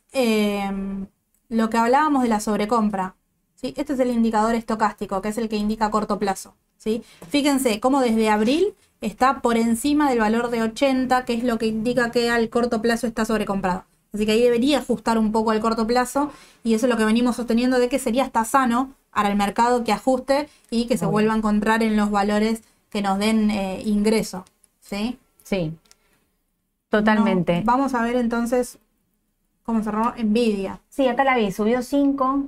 lo que hablábamos de la sobrecompra, ¿sí? Este es el indicador estocástico, que es el que indica a corto plazo, ¿sí? Fíjense cómo desde abril está por encima del valor de 80, que es lo que indica que al corto plazo está sobrecomprado. Así que ahí debería ajustar un poco al corto plazo, y eso es lo que venimos sosteniendo de que sería hasta sano para el mercado que ajuste y que se vuelva a encontrar en los valores que nos den ingreso, ¿sí? Sí, totalmente. No, vamos a ver entonces cómo cerró Nvidia. Sí, acá la vi, subió 5,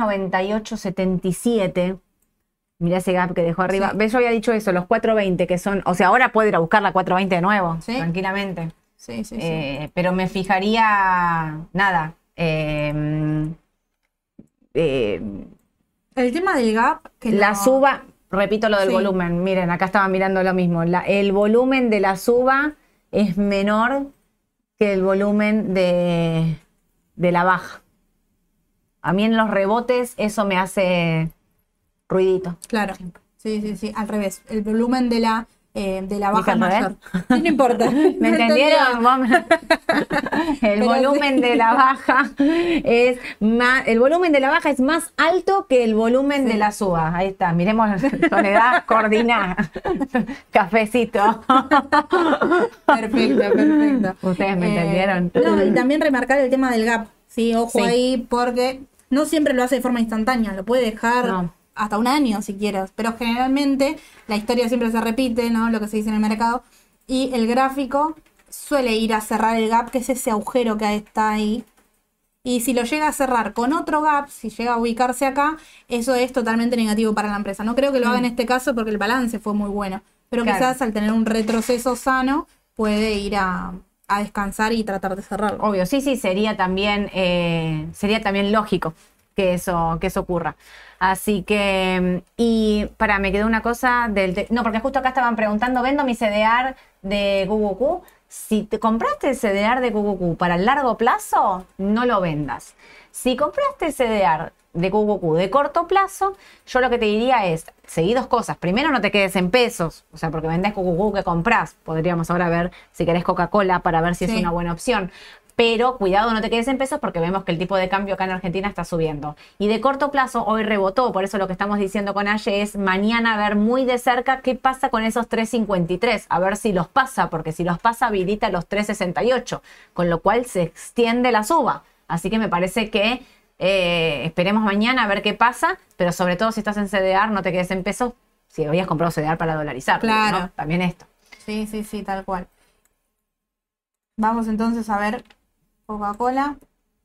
398.77. Mirá ese gap que dejó arriba. Sí. ¿Ves? Yo había dicho eso, los 420 que son, o sea, ahora puede ir a buscar la 420 de nuevo, ¿Sí? tranquilamente. Sí, sí, sí. Pero me fijaría, nada, El tema del gap, que la lo... suba, repito lo del Sí. volumen, miren, acá estaba mirando lo mismo, el volumen de la suba es menor que el volumen de la baja. A mí en los rebotes eso me hace ruidito. Claro, sí, sí, sí, al revés. El volumen de la ¿Dije baja es al revés? mayor. Sí, no importa. ¿Me entendieron? El Pero volumen sí. de la baja es más, el volumen de la baja es más alto que el volumen de la suba. Ahí está, miremos Soledad, coordina. Cafecito. Perfecto, perfecto. Ustedes me entendieron. No, y también remarcar el tema del gap. Sí, ojo Sí. ahí, porque no siempre lo hace de forma instantánea, lo puede dejar No. hasta un año si quieres, pero generalmente la historia siempre se repite, ¿no? Lo que se dice en el mercado, y el gráfico suele ir a cerrar el gap, que es ese agujero que está ahí. Y si lo llega a cerrar con otro gap, si llega a ubicarse acá, eso es totalmente negativo para la empresa. No creo que lo haga en este caso porque el balance fue muy bueno, pero Claro. quizás al tener un retroceso sano puede ir a descansar y tratar de cerrarlo. Obvio, sí, sí, sería también lógico que eso ocurra. Así que, y me quedó una cosa no, porque justo acá estaban preguntando, vendo mi CDR de QQQ. Si te compraste el CDR de QQQ para el largo plazo, no lo vendas. Si compraste el CDR de QQQ de corto plazo, yo lo que te diría es, seguí dos cosas. Primero, no te quedes en pesos, o sea, porque vendés QQQ que comprás. Podríamos ahora ver si querés Coca-Cola para ver si es Sí. una buena opción. Pero cuidado, no te quedes en pesos porque vemos que el tipo de cambio acá en Argentina está subiendo. Y de corto plazo, hoy rebotó, por eso lo que estamos diciendo con Aye es mañana ver muy de cerca qué pasa con esos 3.53, a ver si los pasa, porque si los pasa habilita los 3.68, con lo cual se extiende la suba. Así que me parece que esperemos mañana a ver qué pasa, pero sobre todo si estás en CDR, no te quedes en pesos, si habías comprado CDR para dolarizar. Claro. ¿No? También esto. Sí, sí, sí, tal cual. Vamos entonces a ver Coca-Cola.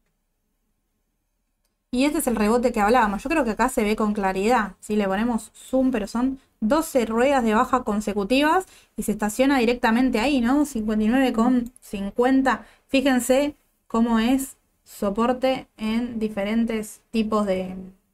Y este es el rebote que hablábamos. Yo creo que acá se ve con claridad. Si le ponemos zoom, pero son 12 ruedas de baja consecutivas y se estaciona directamente ahí, ¿no? 59,50. Fíjense cómo es soporte en diferentes tipos de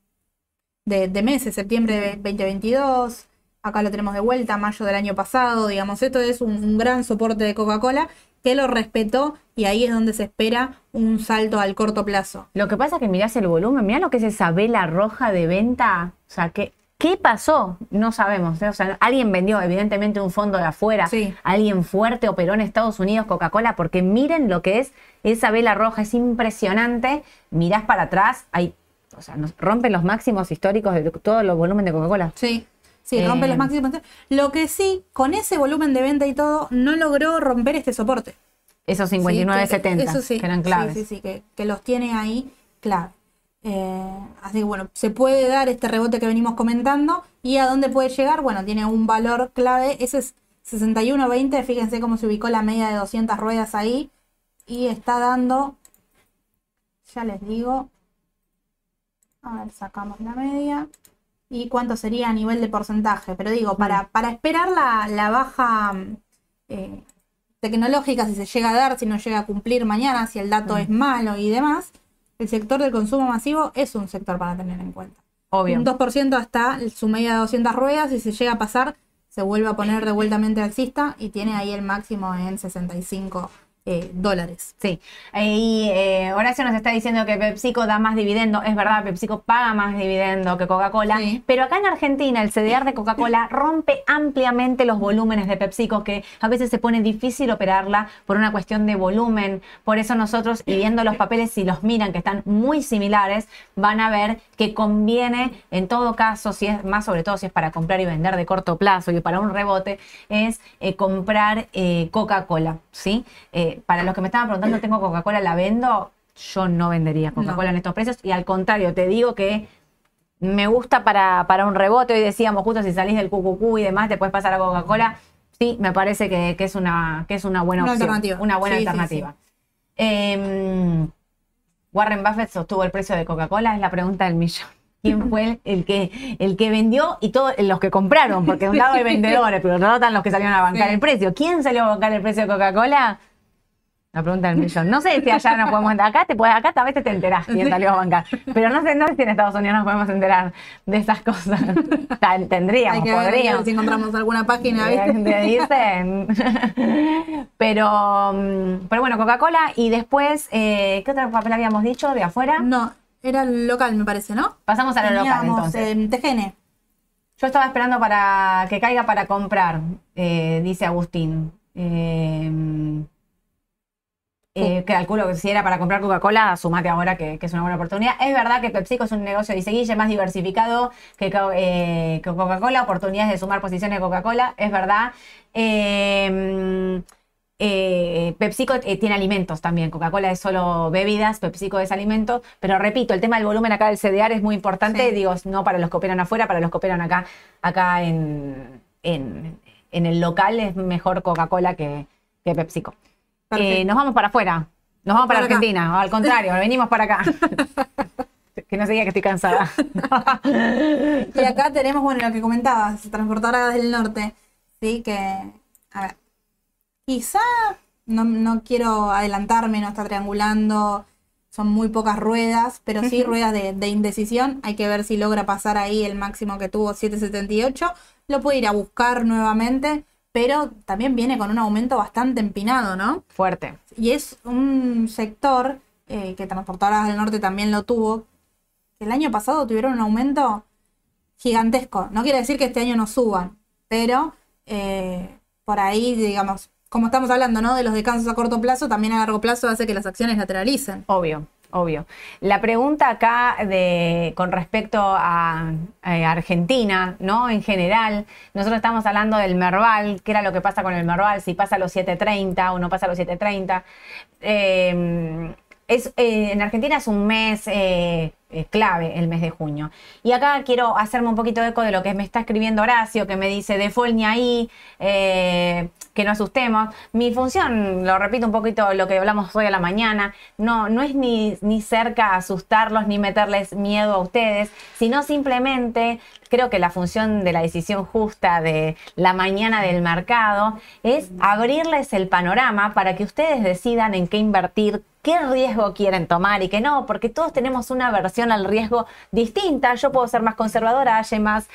meses. Septiembre de 2022. Acá lo tenemos de vuelta, mayo del año pasado. Digamos, esto es un gran soporte de Coca-Cola que lo respetó y ahí es donde se espera un salto al corto plazo. Lo que pasa es que mirás el volumen, mirá lo que es esa vela roja de venta. O sea, ¿qué pasó? No sabemos. O sea, alguien vendió evidentemente un fondo de afuera. Sí. Alguien fuerte operó en Estados Unidos Coca-Cola, porque miren lo que es esa vela roja. Es impresionante. Mirás para atrás, o sea, nos rompen los máximos históricos de todo el volumen de Coca-Cola. Sí. Sí, rompe los máximos. Lo que sí, con ese volumen de venta y todo, no logró romper este soporte. Esos Sí, 59.70 eso sí, que eran claves. Sí, sí, sí, que los tiene ahí clave. Así que bueno, se puede dar este rebote que venimos comentando. ¿Y a dónde puede llegar? Bueno, tiene un valor clave. Ese es 61.20. Fíjense cómo se ubicó la media de 200 ruedas ahí. Y está dando, ya les digo, a ver, sacamos la media. ¿Y cuánto sería a nivel de porcentaje? Pero digo, para esperar la baja tecnológica, si se llega a dar, si no llega a cumplir mañana, si el dato es malo y demás, el sector del consumo masivo es un sector para tener en cuenta. Obvio. Un 2% hasta su media de 200 ruedas, y si llega a pasar, se vuelve a poner de vueltamente alcista y tiene ahí el máximo en 65 dólares. Sí, y Horacio nos está diciendo que PepsiCo da más dividendo. Es verdad, PepsiCo paga más dividendo que Coca-Cola, Sí. pero acá en Argentina el CDR de Coca-Cola rompe ampliamente los volúmenes de PepsiCo, que a veces se pone difícil operarla por una cuestión de volumen. Por eso nosotros, y viendo los papeles, si los miran, que están muy similares, van a ver que conviene, en todo caso, si es más, sobre todo si es para comprar y vender de corto plazo y para un rebote, es comprar Coca-Cola, ¿sí? Para los que me estaban preguntando, ¿tengo Coca-Cola, la vendo? Yo no vendería Coca-Cola en estos precios, y al contrario, te digo que me gusta para un rebote. Hoy decíamos, justo si salís del QQQ y demás, te puedes pasar a Coca-Cola. Sí, me parece que es una buena opción. Alternativa. Una buena Sí, alternativa. Warren Buffett sostuvo el precio de Coca-Cola, es la pregunta del millón. ¿Quién fue el que vendió y todos los que compraron? Porque de un lado hay vendedores, pero de otro lado están los que salieron a bancar Sí. el precio. ¿Quién salió a bancar el precio de Coca-Cola? La pregunta del millón. No sé si allá nos podemos enterar. Acá a veces te enterás quién salió a bancar. Pero no sé si en Estados Unidos nos podemos enterar de esas cosas. Tendríamos, Hay que ver podríamos. si encontramos alguna página, ¿viste? Te dicen. Pero bueno, Coca-Cola. Y después, ¿qué otro papel habíamos dicho de afuera? No, era local, me parece, ¿no? Pasamos a lo local, entonces. TGN. Yo estaba esperando para que caiga para comprar, dice Agustín. Calculo que si era para comprar Coca-Cola, sumate ahora que es una buena oportunidad. Es verdad que PepsiCo es un negocio, dice Guille, más diversificado que Coca-Cola, oportunidades de sumar posiciones de Coca-Cola, es verdad. PepsiCo tiene alimentos también, Coca-Cola es solo bebidas, PepsiCo es alimentos, pero repito, el tema del volumen acá del CDR es muy importante, digo, no para los que operan afuera, para los que operan acá en el local es mejor Coca-Cola que PepsiCo. Nos vamos para afuera, nos vamos para Argentina, o al contrario, venimos para acá. Que no se diga que estoy cansada. Y acá tenemos, bueno, lo que comentabas, transportadoras del norte, sí, que, a ver, quizá, no quiero adelantarme, no está triangulando, son muy pocas ruedas, pero sí ruedas de indecisión, hay que ver si logra pasar ahí el máximo que tuvo 778, lo puede ir a buscar nuevamente, pero también viene con un aumento bastante empinado, ¿no? Fuerte. Y es un sector que Transportadoras del Norte también lo tuvo, que el año pasado tuvieron un aumento gigantesco. No quiere decir que este año no suban, pero por ahí, digamos, como estamos hablando, ¿no? De los descansos a corto plazo, también a largo plazo hace que las acciones lateralicen. Obvio. La pregunta acá con respecto a Argentina, ¿no? En general, nosotros estamos hablando del Merval, ¿qué era lo que pasa con el Merval? Si pasa a los 7.30 o no pasa a los 7.30. En Argentina es un mes clave, el mes de junio. Y acá quiero hacerme un poquito de eco de lo que me está escribiendo Horacio, que me dice, default ni ahí, que no asustemos. Mi función, lo repito un poquito lo que hablamos hoy a la mañana, no es ni cerca asustarlos ni meterles miedo a ustedes, sino simplemente creo que la función de la decisión justa de la mañana del mercado es abrirles el panorama para que ustedes decidan en qué invertir, qué riesgo quieren tomar y qué no, porque todos tenemos una versión al riesgo distinta. Yo puedo ser más conservadora, hay más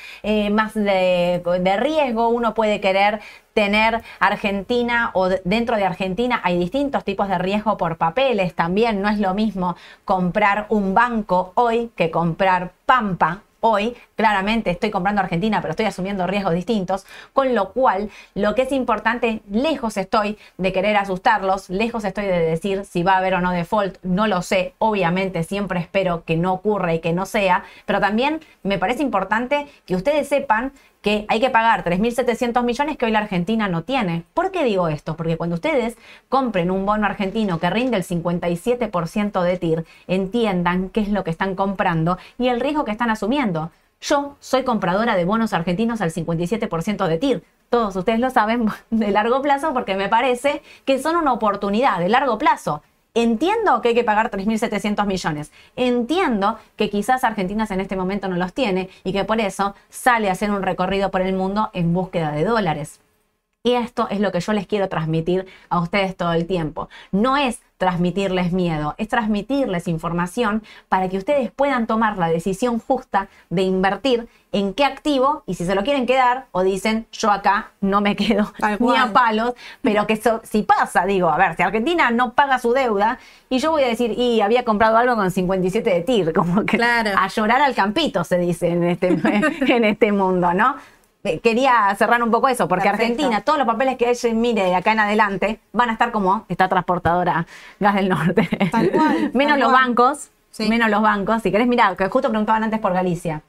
de riesgo, uno puede querer tener Argentina o dentro de Argentina hay distintos tipos de riesgo por papeles también. No es lo mismo comprar un banco hoy que comprar Pampa. Hoy, claramente estoy comprando Argentina, pero estoy asumiendo riesgos distintos, con lo cual, lo que es importante, lejos estoy de querer asustarlos, lejos estoy de decir si va a haber o no default, no lo sé, obviamente siempre espero que no ocurra y que no sea, pero también me parece importante que ustedes sepan que hay que pagar 3.700 millones que hoy la Argentina no tiene. ¿Por qué digo esto? Porque cuando ustedes compren un bono argentino que rinde el 57% de TIR, entiendan qué es lo que están comprando y el riesgo que están asumiendo. Yo soy compradora de bonos argentinos al 57% de TIR. Todos ustedes lo saben de largo plazo porque me parece que son una oportunidad de largo plazo. Entiendo que hay que pagar 3.700 millones. Entiendo que quizás Argentina en este momento no los tiene y que por eso sale a hacer un recorrido por el mundo en búsqueda de dólares. Y esto es lo que yo les quiero transmitir a ustedes todo el tiempo. No es transmitirles miedo, es transmitirles información para que ustedes puedan tomar la decisión justa de invertir en qué activo y si se lo quieren quedar o dicen yo acá no me quedo ni a palos, pero que si pasa, digo, a ver, si Argentina no paga su deuda y yo voy a decir, y había comprado algo con 57 de TIR, como que claro, a llorar al campito se dice en este mundo, ¿no? Quería cerrar un poco eso, porque perfecto. Argentina, todos los papeles que ella mire de acá en adelante van a estar como esta transportadora Gas del Norte. Tal cual, menos tal los cual. Bancos, sí. Menos los bancos. Si querés mirar, que justo preguntaban antes por Galicia.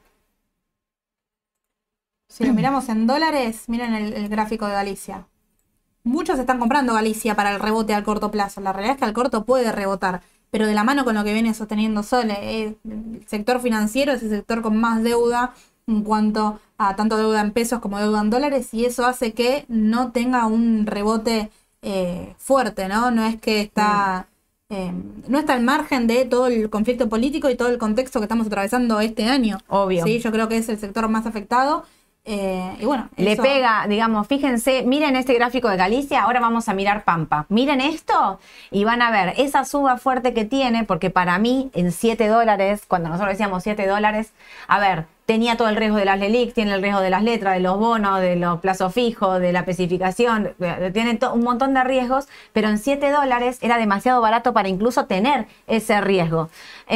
Si lo miramos en dólares, miren el gráfico de Galicia. Muchos están comprando Galicia para el rebote al corto plazo. La realidad es que al corto puede rebotar, pero de la mano con lo que viene sosteniendo Sole. El sector financiero es el sector con más deuda en cuanto a tanto deuda en pesos como deuda en dólares, y eso hace que no tenga un rebote fuerte, ¿no? No es que está no está al margen de todo el conflicto político y todo el contexto que estamos atravesando este año. Obvio. Sí, yo creo que es el sector más afectado Y bueno, Le eso- pega, digamos, fíjense, miren este gráfico de Galicia, ahora vamos a mirar Pampa. Miren esto y van a ver esa suba fuerte que tiene, porque para mí en $7, cuando nosotros decíamos $7, a ver, tenía todo el riesgo de las LELIQ, tiene el riesgo de las letras, de los bonos, de los plazos fijos, de la especificación, tiene un montón de riesgos, pero en $7 era demasiado barato para incluso tener ese riesgo.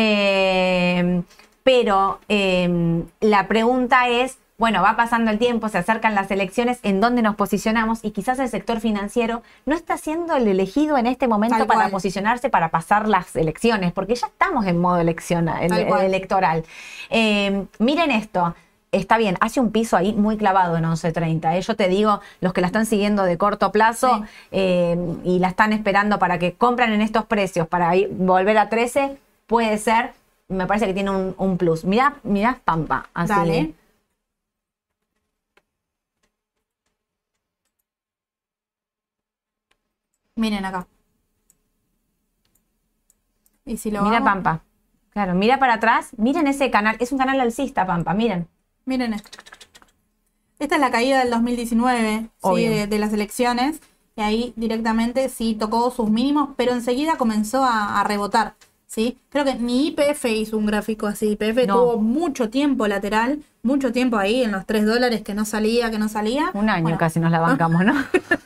Pero la pregunta es, bueno, va pasando el tiempo, se acercan las elecciones, ¿en dónde nos posicionamos? Y quizás el sector financiero no está siendo el elegido en este momento Tal para cual. posicionarse para pasar las elecciones, porque ya estamos en modo Tal cual. electoral. Miren esto. Está bien, hace un piso ahí muy clavado en 11.30. Yo te digo, los que la están siguiendo de corto plazo y la están esperando para que compren en estos precios para volver a 13, puede ser, me parece que tiene un plus. Mirá Pampa, así. Dale. Miren acá. Y si lo Mira vamos- Pampa. Claro, mira para atrás, miren ese canal, es un canal alcista, Pampa, miren. Miren esto. Esta es la caída del 2019, ¿sí? Obvio. de las elecciones. Y ahí directamente sí tocó sus mínimos, pero enseguida comenzó a rebotar. ¿Sí? Creo que ni YPF hizo un gráfico así. YPF No. tuvo mucho tiempo lateral, mucho tiempo ahí en los $3 que no salía, que no salía. Un año Bueno, casi nos la bancamos, ¿no?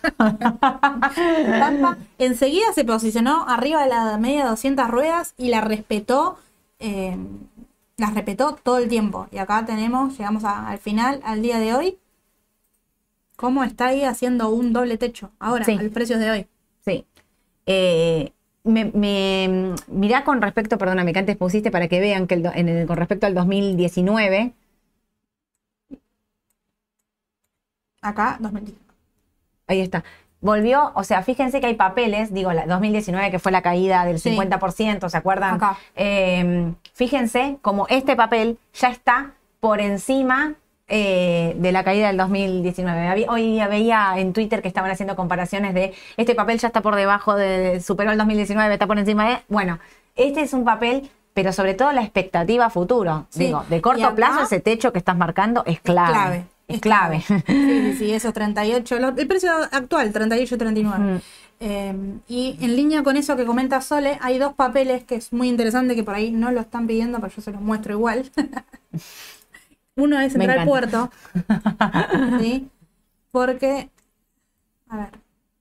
Pampa enseguida se posicionó arriba de la media de 200 ruedas y la respetó, las respetó todo el tiempo. Y acá llegamos al final, al día de hoy, cómo está ahí haciendo un doble techo. Ahora, Sí. al precio de hoy. Sí. Mirá con respecto, perdóname, que antes pusiste para que vean que con respecto al 2019, Acá, 2019. ahí está. Volvió, o sea, fíjense que hay papeles, digo, 2019 que fue la caída del Sí. 50%, ¿se acuerdan? Acá. Fíjense como este papel ya está por encima de la caída del 2019. Hoy veía en Twitter que estaban haciendo comparaciones de este papel ya está por debajo superó el 2019, está por encima de... Bueno, este es un papel, pero sobre todo la expectativa a futuro. Sí. Digo, de Y corto acá- plazo ese techo que estás marcando es clave. Es clave. Sí, esos 38, el precio actual, 38 y 39. Y en línea con eso que comenta Sole, hay dos papeles que es muy interesante, que por ahí no lo están pidiendo, pero yo se los muestro igual. Uno es Me Central encanta. Puerto, ¿sí? Porque, a ver,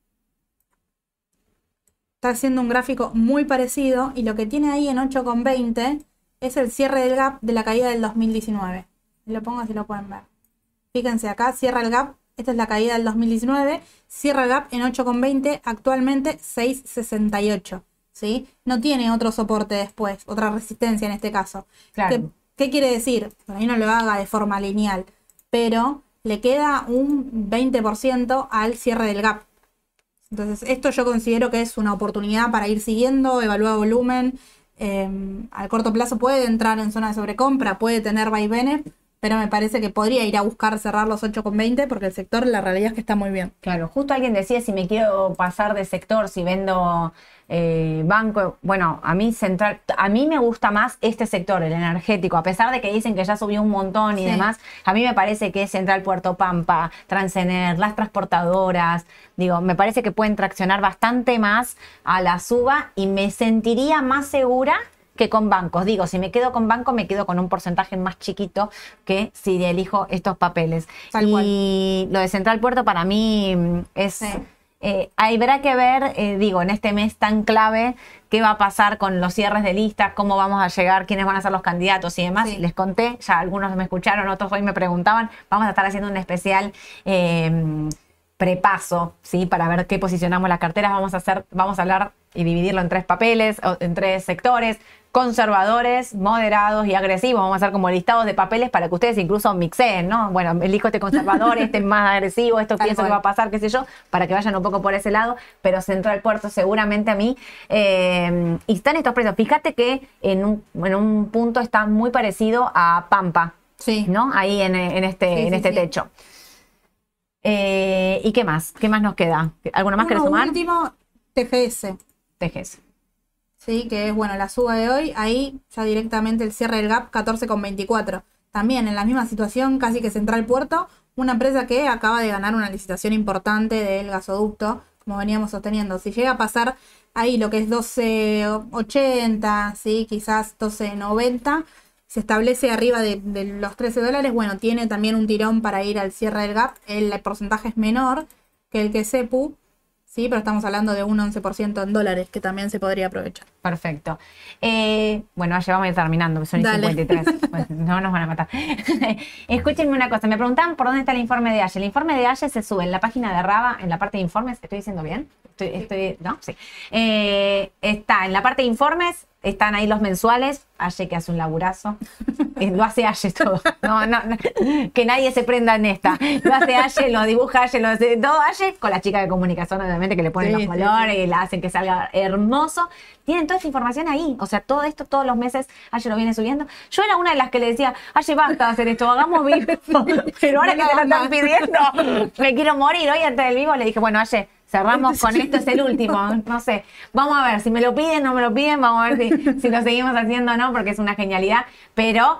está haciendo un gráfico muy parecido y lo que tiene ahí en 8,20 es el cierre del gap de la caída del 2019. Lo pongo así lo pueden ver. Fíjense acá, cierra el gap, esta es la caída del 2019, cierra el gap en 8,20, actualmente 6,68, ¿sí? No tiene otro soporte después, otra resistencia en este caso. Claro. ¿Qué quiere decir? Por ahí no lo haga de forma lineal, pero le queda un 20% al cierre del gap. Entonces, esto yo considero que es una oportunidad para ir siguiendo, evaluar volumen. Al corto plazo puede entrar en zona de sobrecompra, puede tener vaivenes, pero me parece que podría ir a buscar cerrar los 8,20 porque el sector, la realidad es que está muy bien. Claro, justo alguien decía si me quiero pasar de sector, si vendo banco. Bueno, a mí me gusta más este sector, el energético, a pesar de que dicen que ya subió un montón y Sí. demás. A mí me parece que Central Puerto Pampa, Transener, las transportadoras, digo, me parece que pueden traccionar bastante más a la suba y me sentiría más segura que con bancos. Digo, si me quedo con banco, me quedo con un porcentaje más chiquito que si elijo estos papeles. Tal cual. Y lo de Central Puerto para mí es... Sí. Habrá que ver, digo, en este mes tan clave, qué va a pasar con los cierres de listas, cómo vamos a llegar, quiénes van a ser los candidatos y demás. Sí. Les conté, ya algunos me escucharon, otros hoy me preguntaban. Vamos a estar haciendo un especial prepaso, ¿sí? Para ver qué posicionamos las carteras. Vamos a hablar y dividirlo en tres papeles, o en tres sectores: conservadores, moderados y agresivos. Vamos a hacer como listados de papeles para que ustedes incluso mixeen, ¿no? Bueno, elijo este conservador, este más agresivo, esto Tal pienso que cual. va a pasar, qué sé yo, para que vayan un poco por ese lado. Pero Central Puerto seguramente a mí. Y están estos precios. Fíjate que en un punto está muy parecido a Pampa, Sí. ¿no? Ahí en este Sí. techo. ¿Y qué más? ¿Qué más nos queda? ¿Alguna más querés Uno sumar? último, TGS. Tejes. Sí, que es, bueno, la suba de hoy, ahí ya directamente el cierre del gap 14,24. También en la misma situación, casi que Central Puerto, una empresa que acaba de ganar una licitación importante del gasoducto, como veníamos sosteniendo. Si llega a pasar ahí lo que es 12.80, ¿sí? Quizás 12.90, se establece arriba de los $13, bueno, tiene también un tirón para ir al cierre del gap. El porcentaje es menor que el que CEPU, sí, pero estamos hablando de un 11% en dólares, que también se podría aprovechar. Perfecto. Bueno, ya vamos a ir terminando, son y 53. Pues, no nos van a matar. Escúchenme una cosa, me preguntaban por dónde está el informe de AYE. El informe de AYE se sube en la página de Raba, en la parte de informes. ¿Estoy diciendo bien? ¿No? Sí. Está en la parte de informes, están ahí los mensuales. AYE que hace un laburazo. Lo hace AYE todo. No, que nadie se prenda en esta. Lo hace AYE, lo dibuja AYE, lo hace todo AYE, con la chica de comunicación, obviamente, que le ponen los colores y la hacen que salga hermoso. Tienen toda esta información ahí. O sea, todo esto, todos los meses, AYE lo viene subiendo. Yo era una de las que le decía, AYE, basta de hacer esto, hagamos vivo. Pero ahora que te lo están pidiendo, me quiero morir. Hoy antes del vivo le dije, bueno, AYE, cerramos con esto, es el último. No sé, vamos a ver si me lo piden, no me lo piden, vamos a ver si lo seguimos haciendo o no, porque es una genialidad. Pero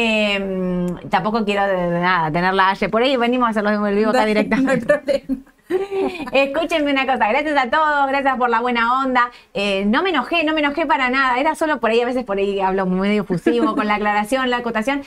tampoco quiero de nada tener la AYE por ahí. Venimos a hacerlo en vivo acá directamente. Escúchenme una cosa, gracias a todos, gracias por la buena onda. No me enojé para nada. Era solo por ahí, a veces por ahí hablo medio efusivo con la aclaración, la acotación.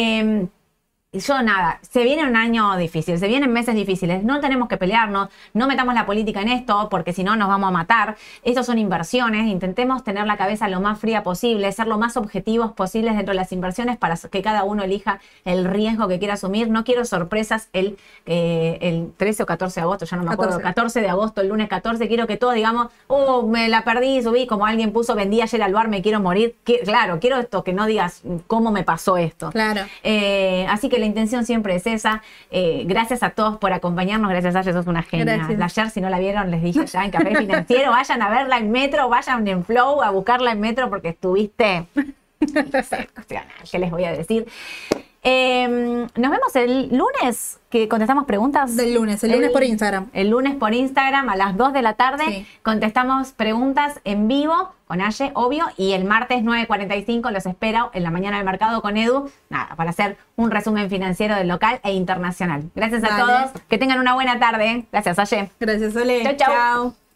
Yo nada, se viene un año difícil, se vienen meses difíciles, no tenemos que pelearnos, no metamos la política en esto porque si no nos vamos a matar. Estos son inversiones, intentemos tener la cabeza lo más fría posible, ser lo más objetivos posibles dentro de las inversiones para que cada uno elija el riesgo que quiera asumir. No quiero sorpresas el 13 o 14 de agosto, ya no me acuerdo, 14 de agosto, el lunes 14, quiero que todos digamos, me la perdí, subí, como alguien puso, vendí ayer al bar, me quiero morir. Claro, quiero esto, que no digas cómo me pasó esto. Claro. Así que la intención siempre es esa. Gracias a todos por acompañarnos. Gracias, AYE, sos una genia. Ayer, si no la vieron, les dije ya en Café Financiero, vayan a verla en Metro, vayan en Flow a buscarla en Metro porque estuviste... ¿Qué les voy a decir? Nos vemos el lunes, que contestamos preguntas. El lunes por Instagram. El lunes por Instagram a las 2 de la tarde. Sí. Contestamos preguntas en vivo con AYE, obvio. Y el martes 9:45 los espero en la mañana del mercado con Edu. Nada, para hacer un resumen financiero del local e internacional. Gracias a todos. Que tengan una buena tarde. Gracias, AYE. Gracias, Sole. Chau, chau. Chau.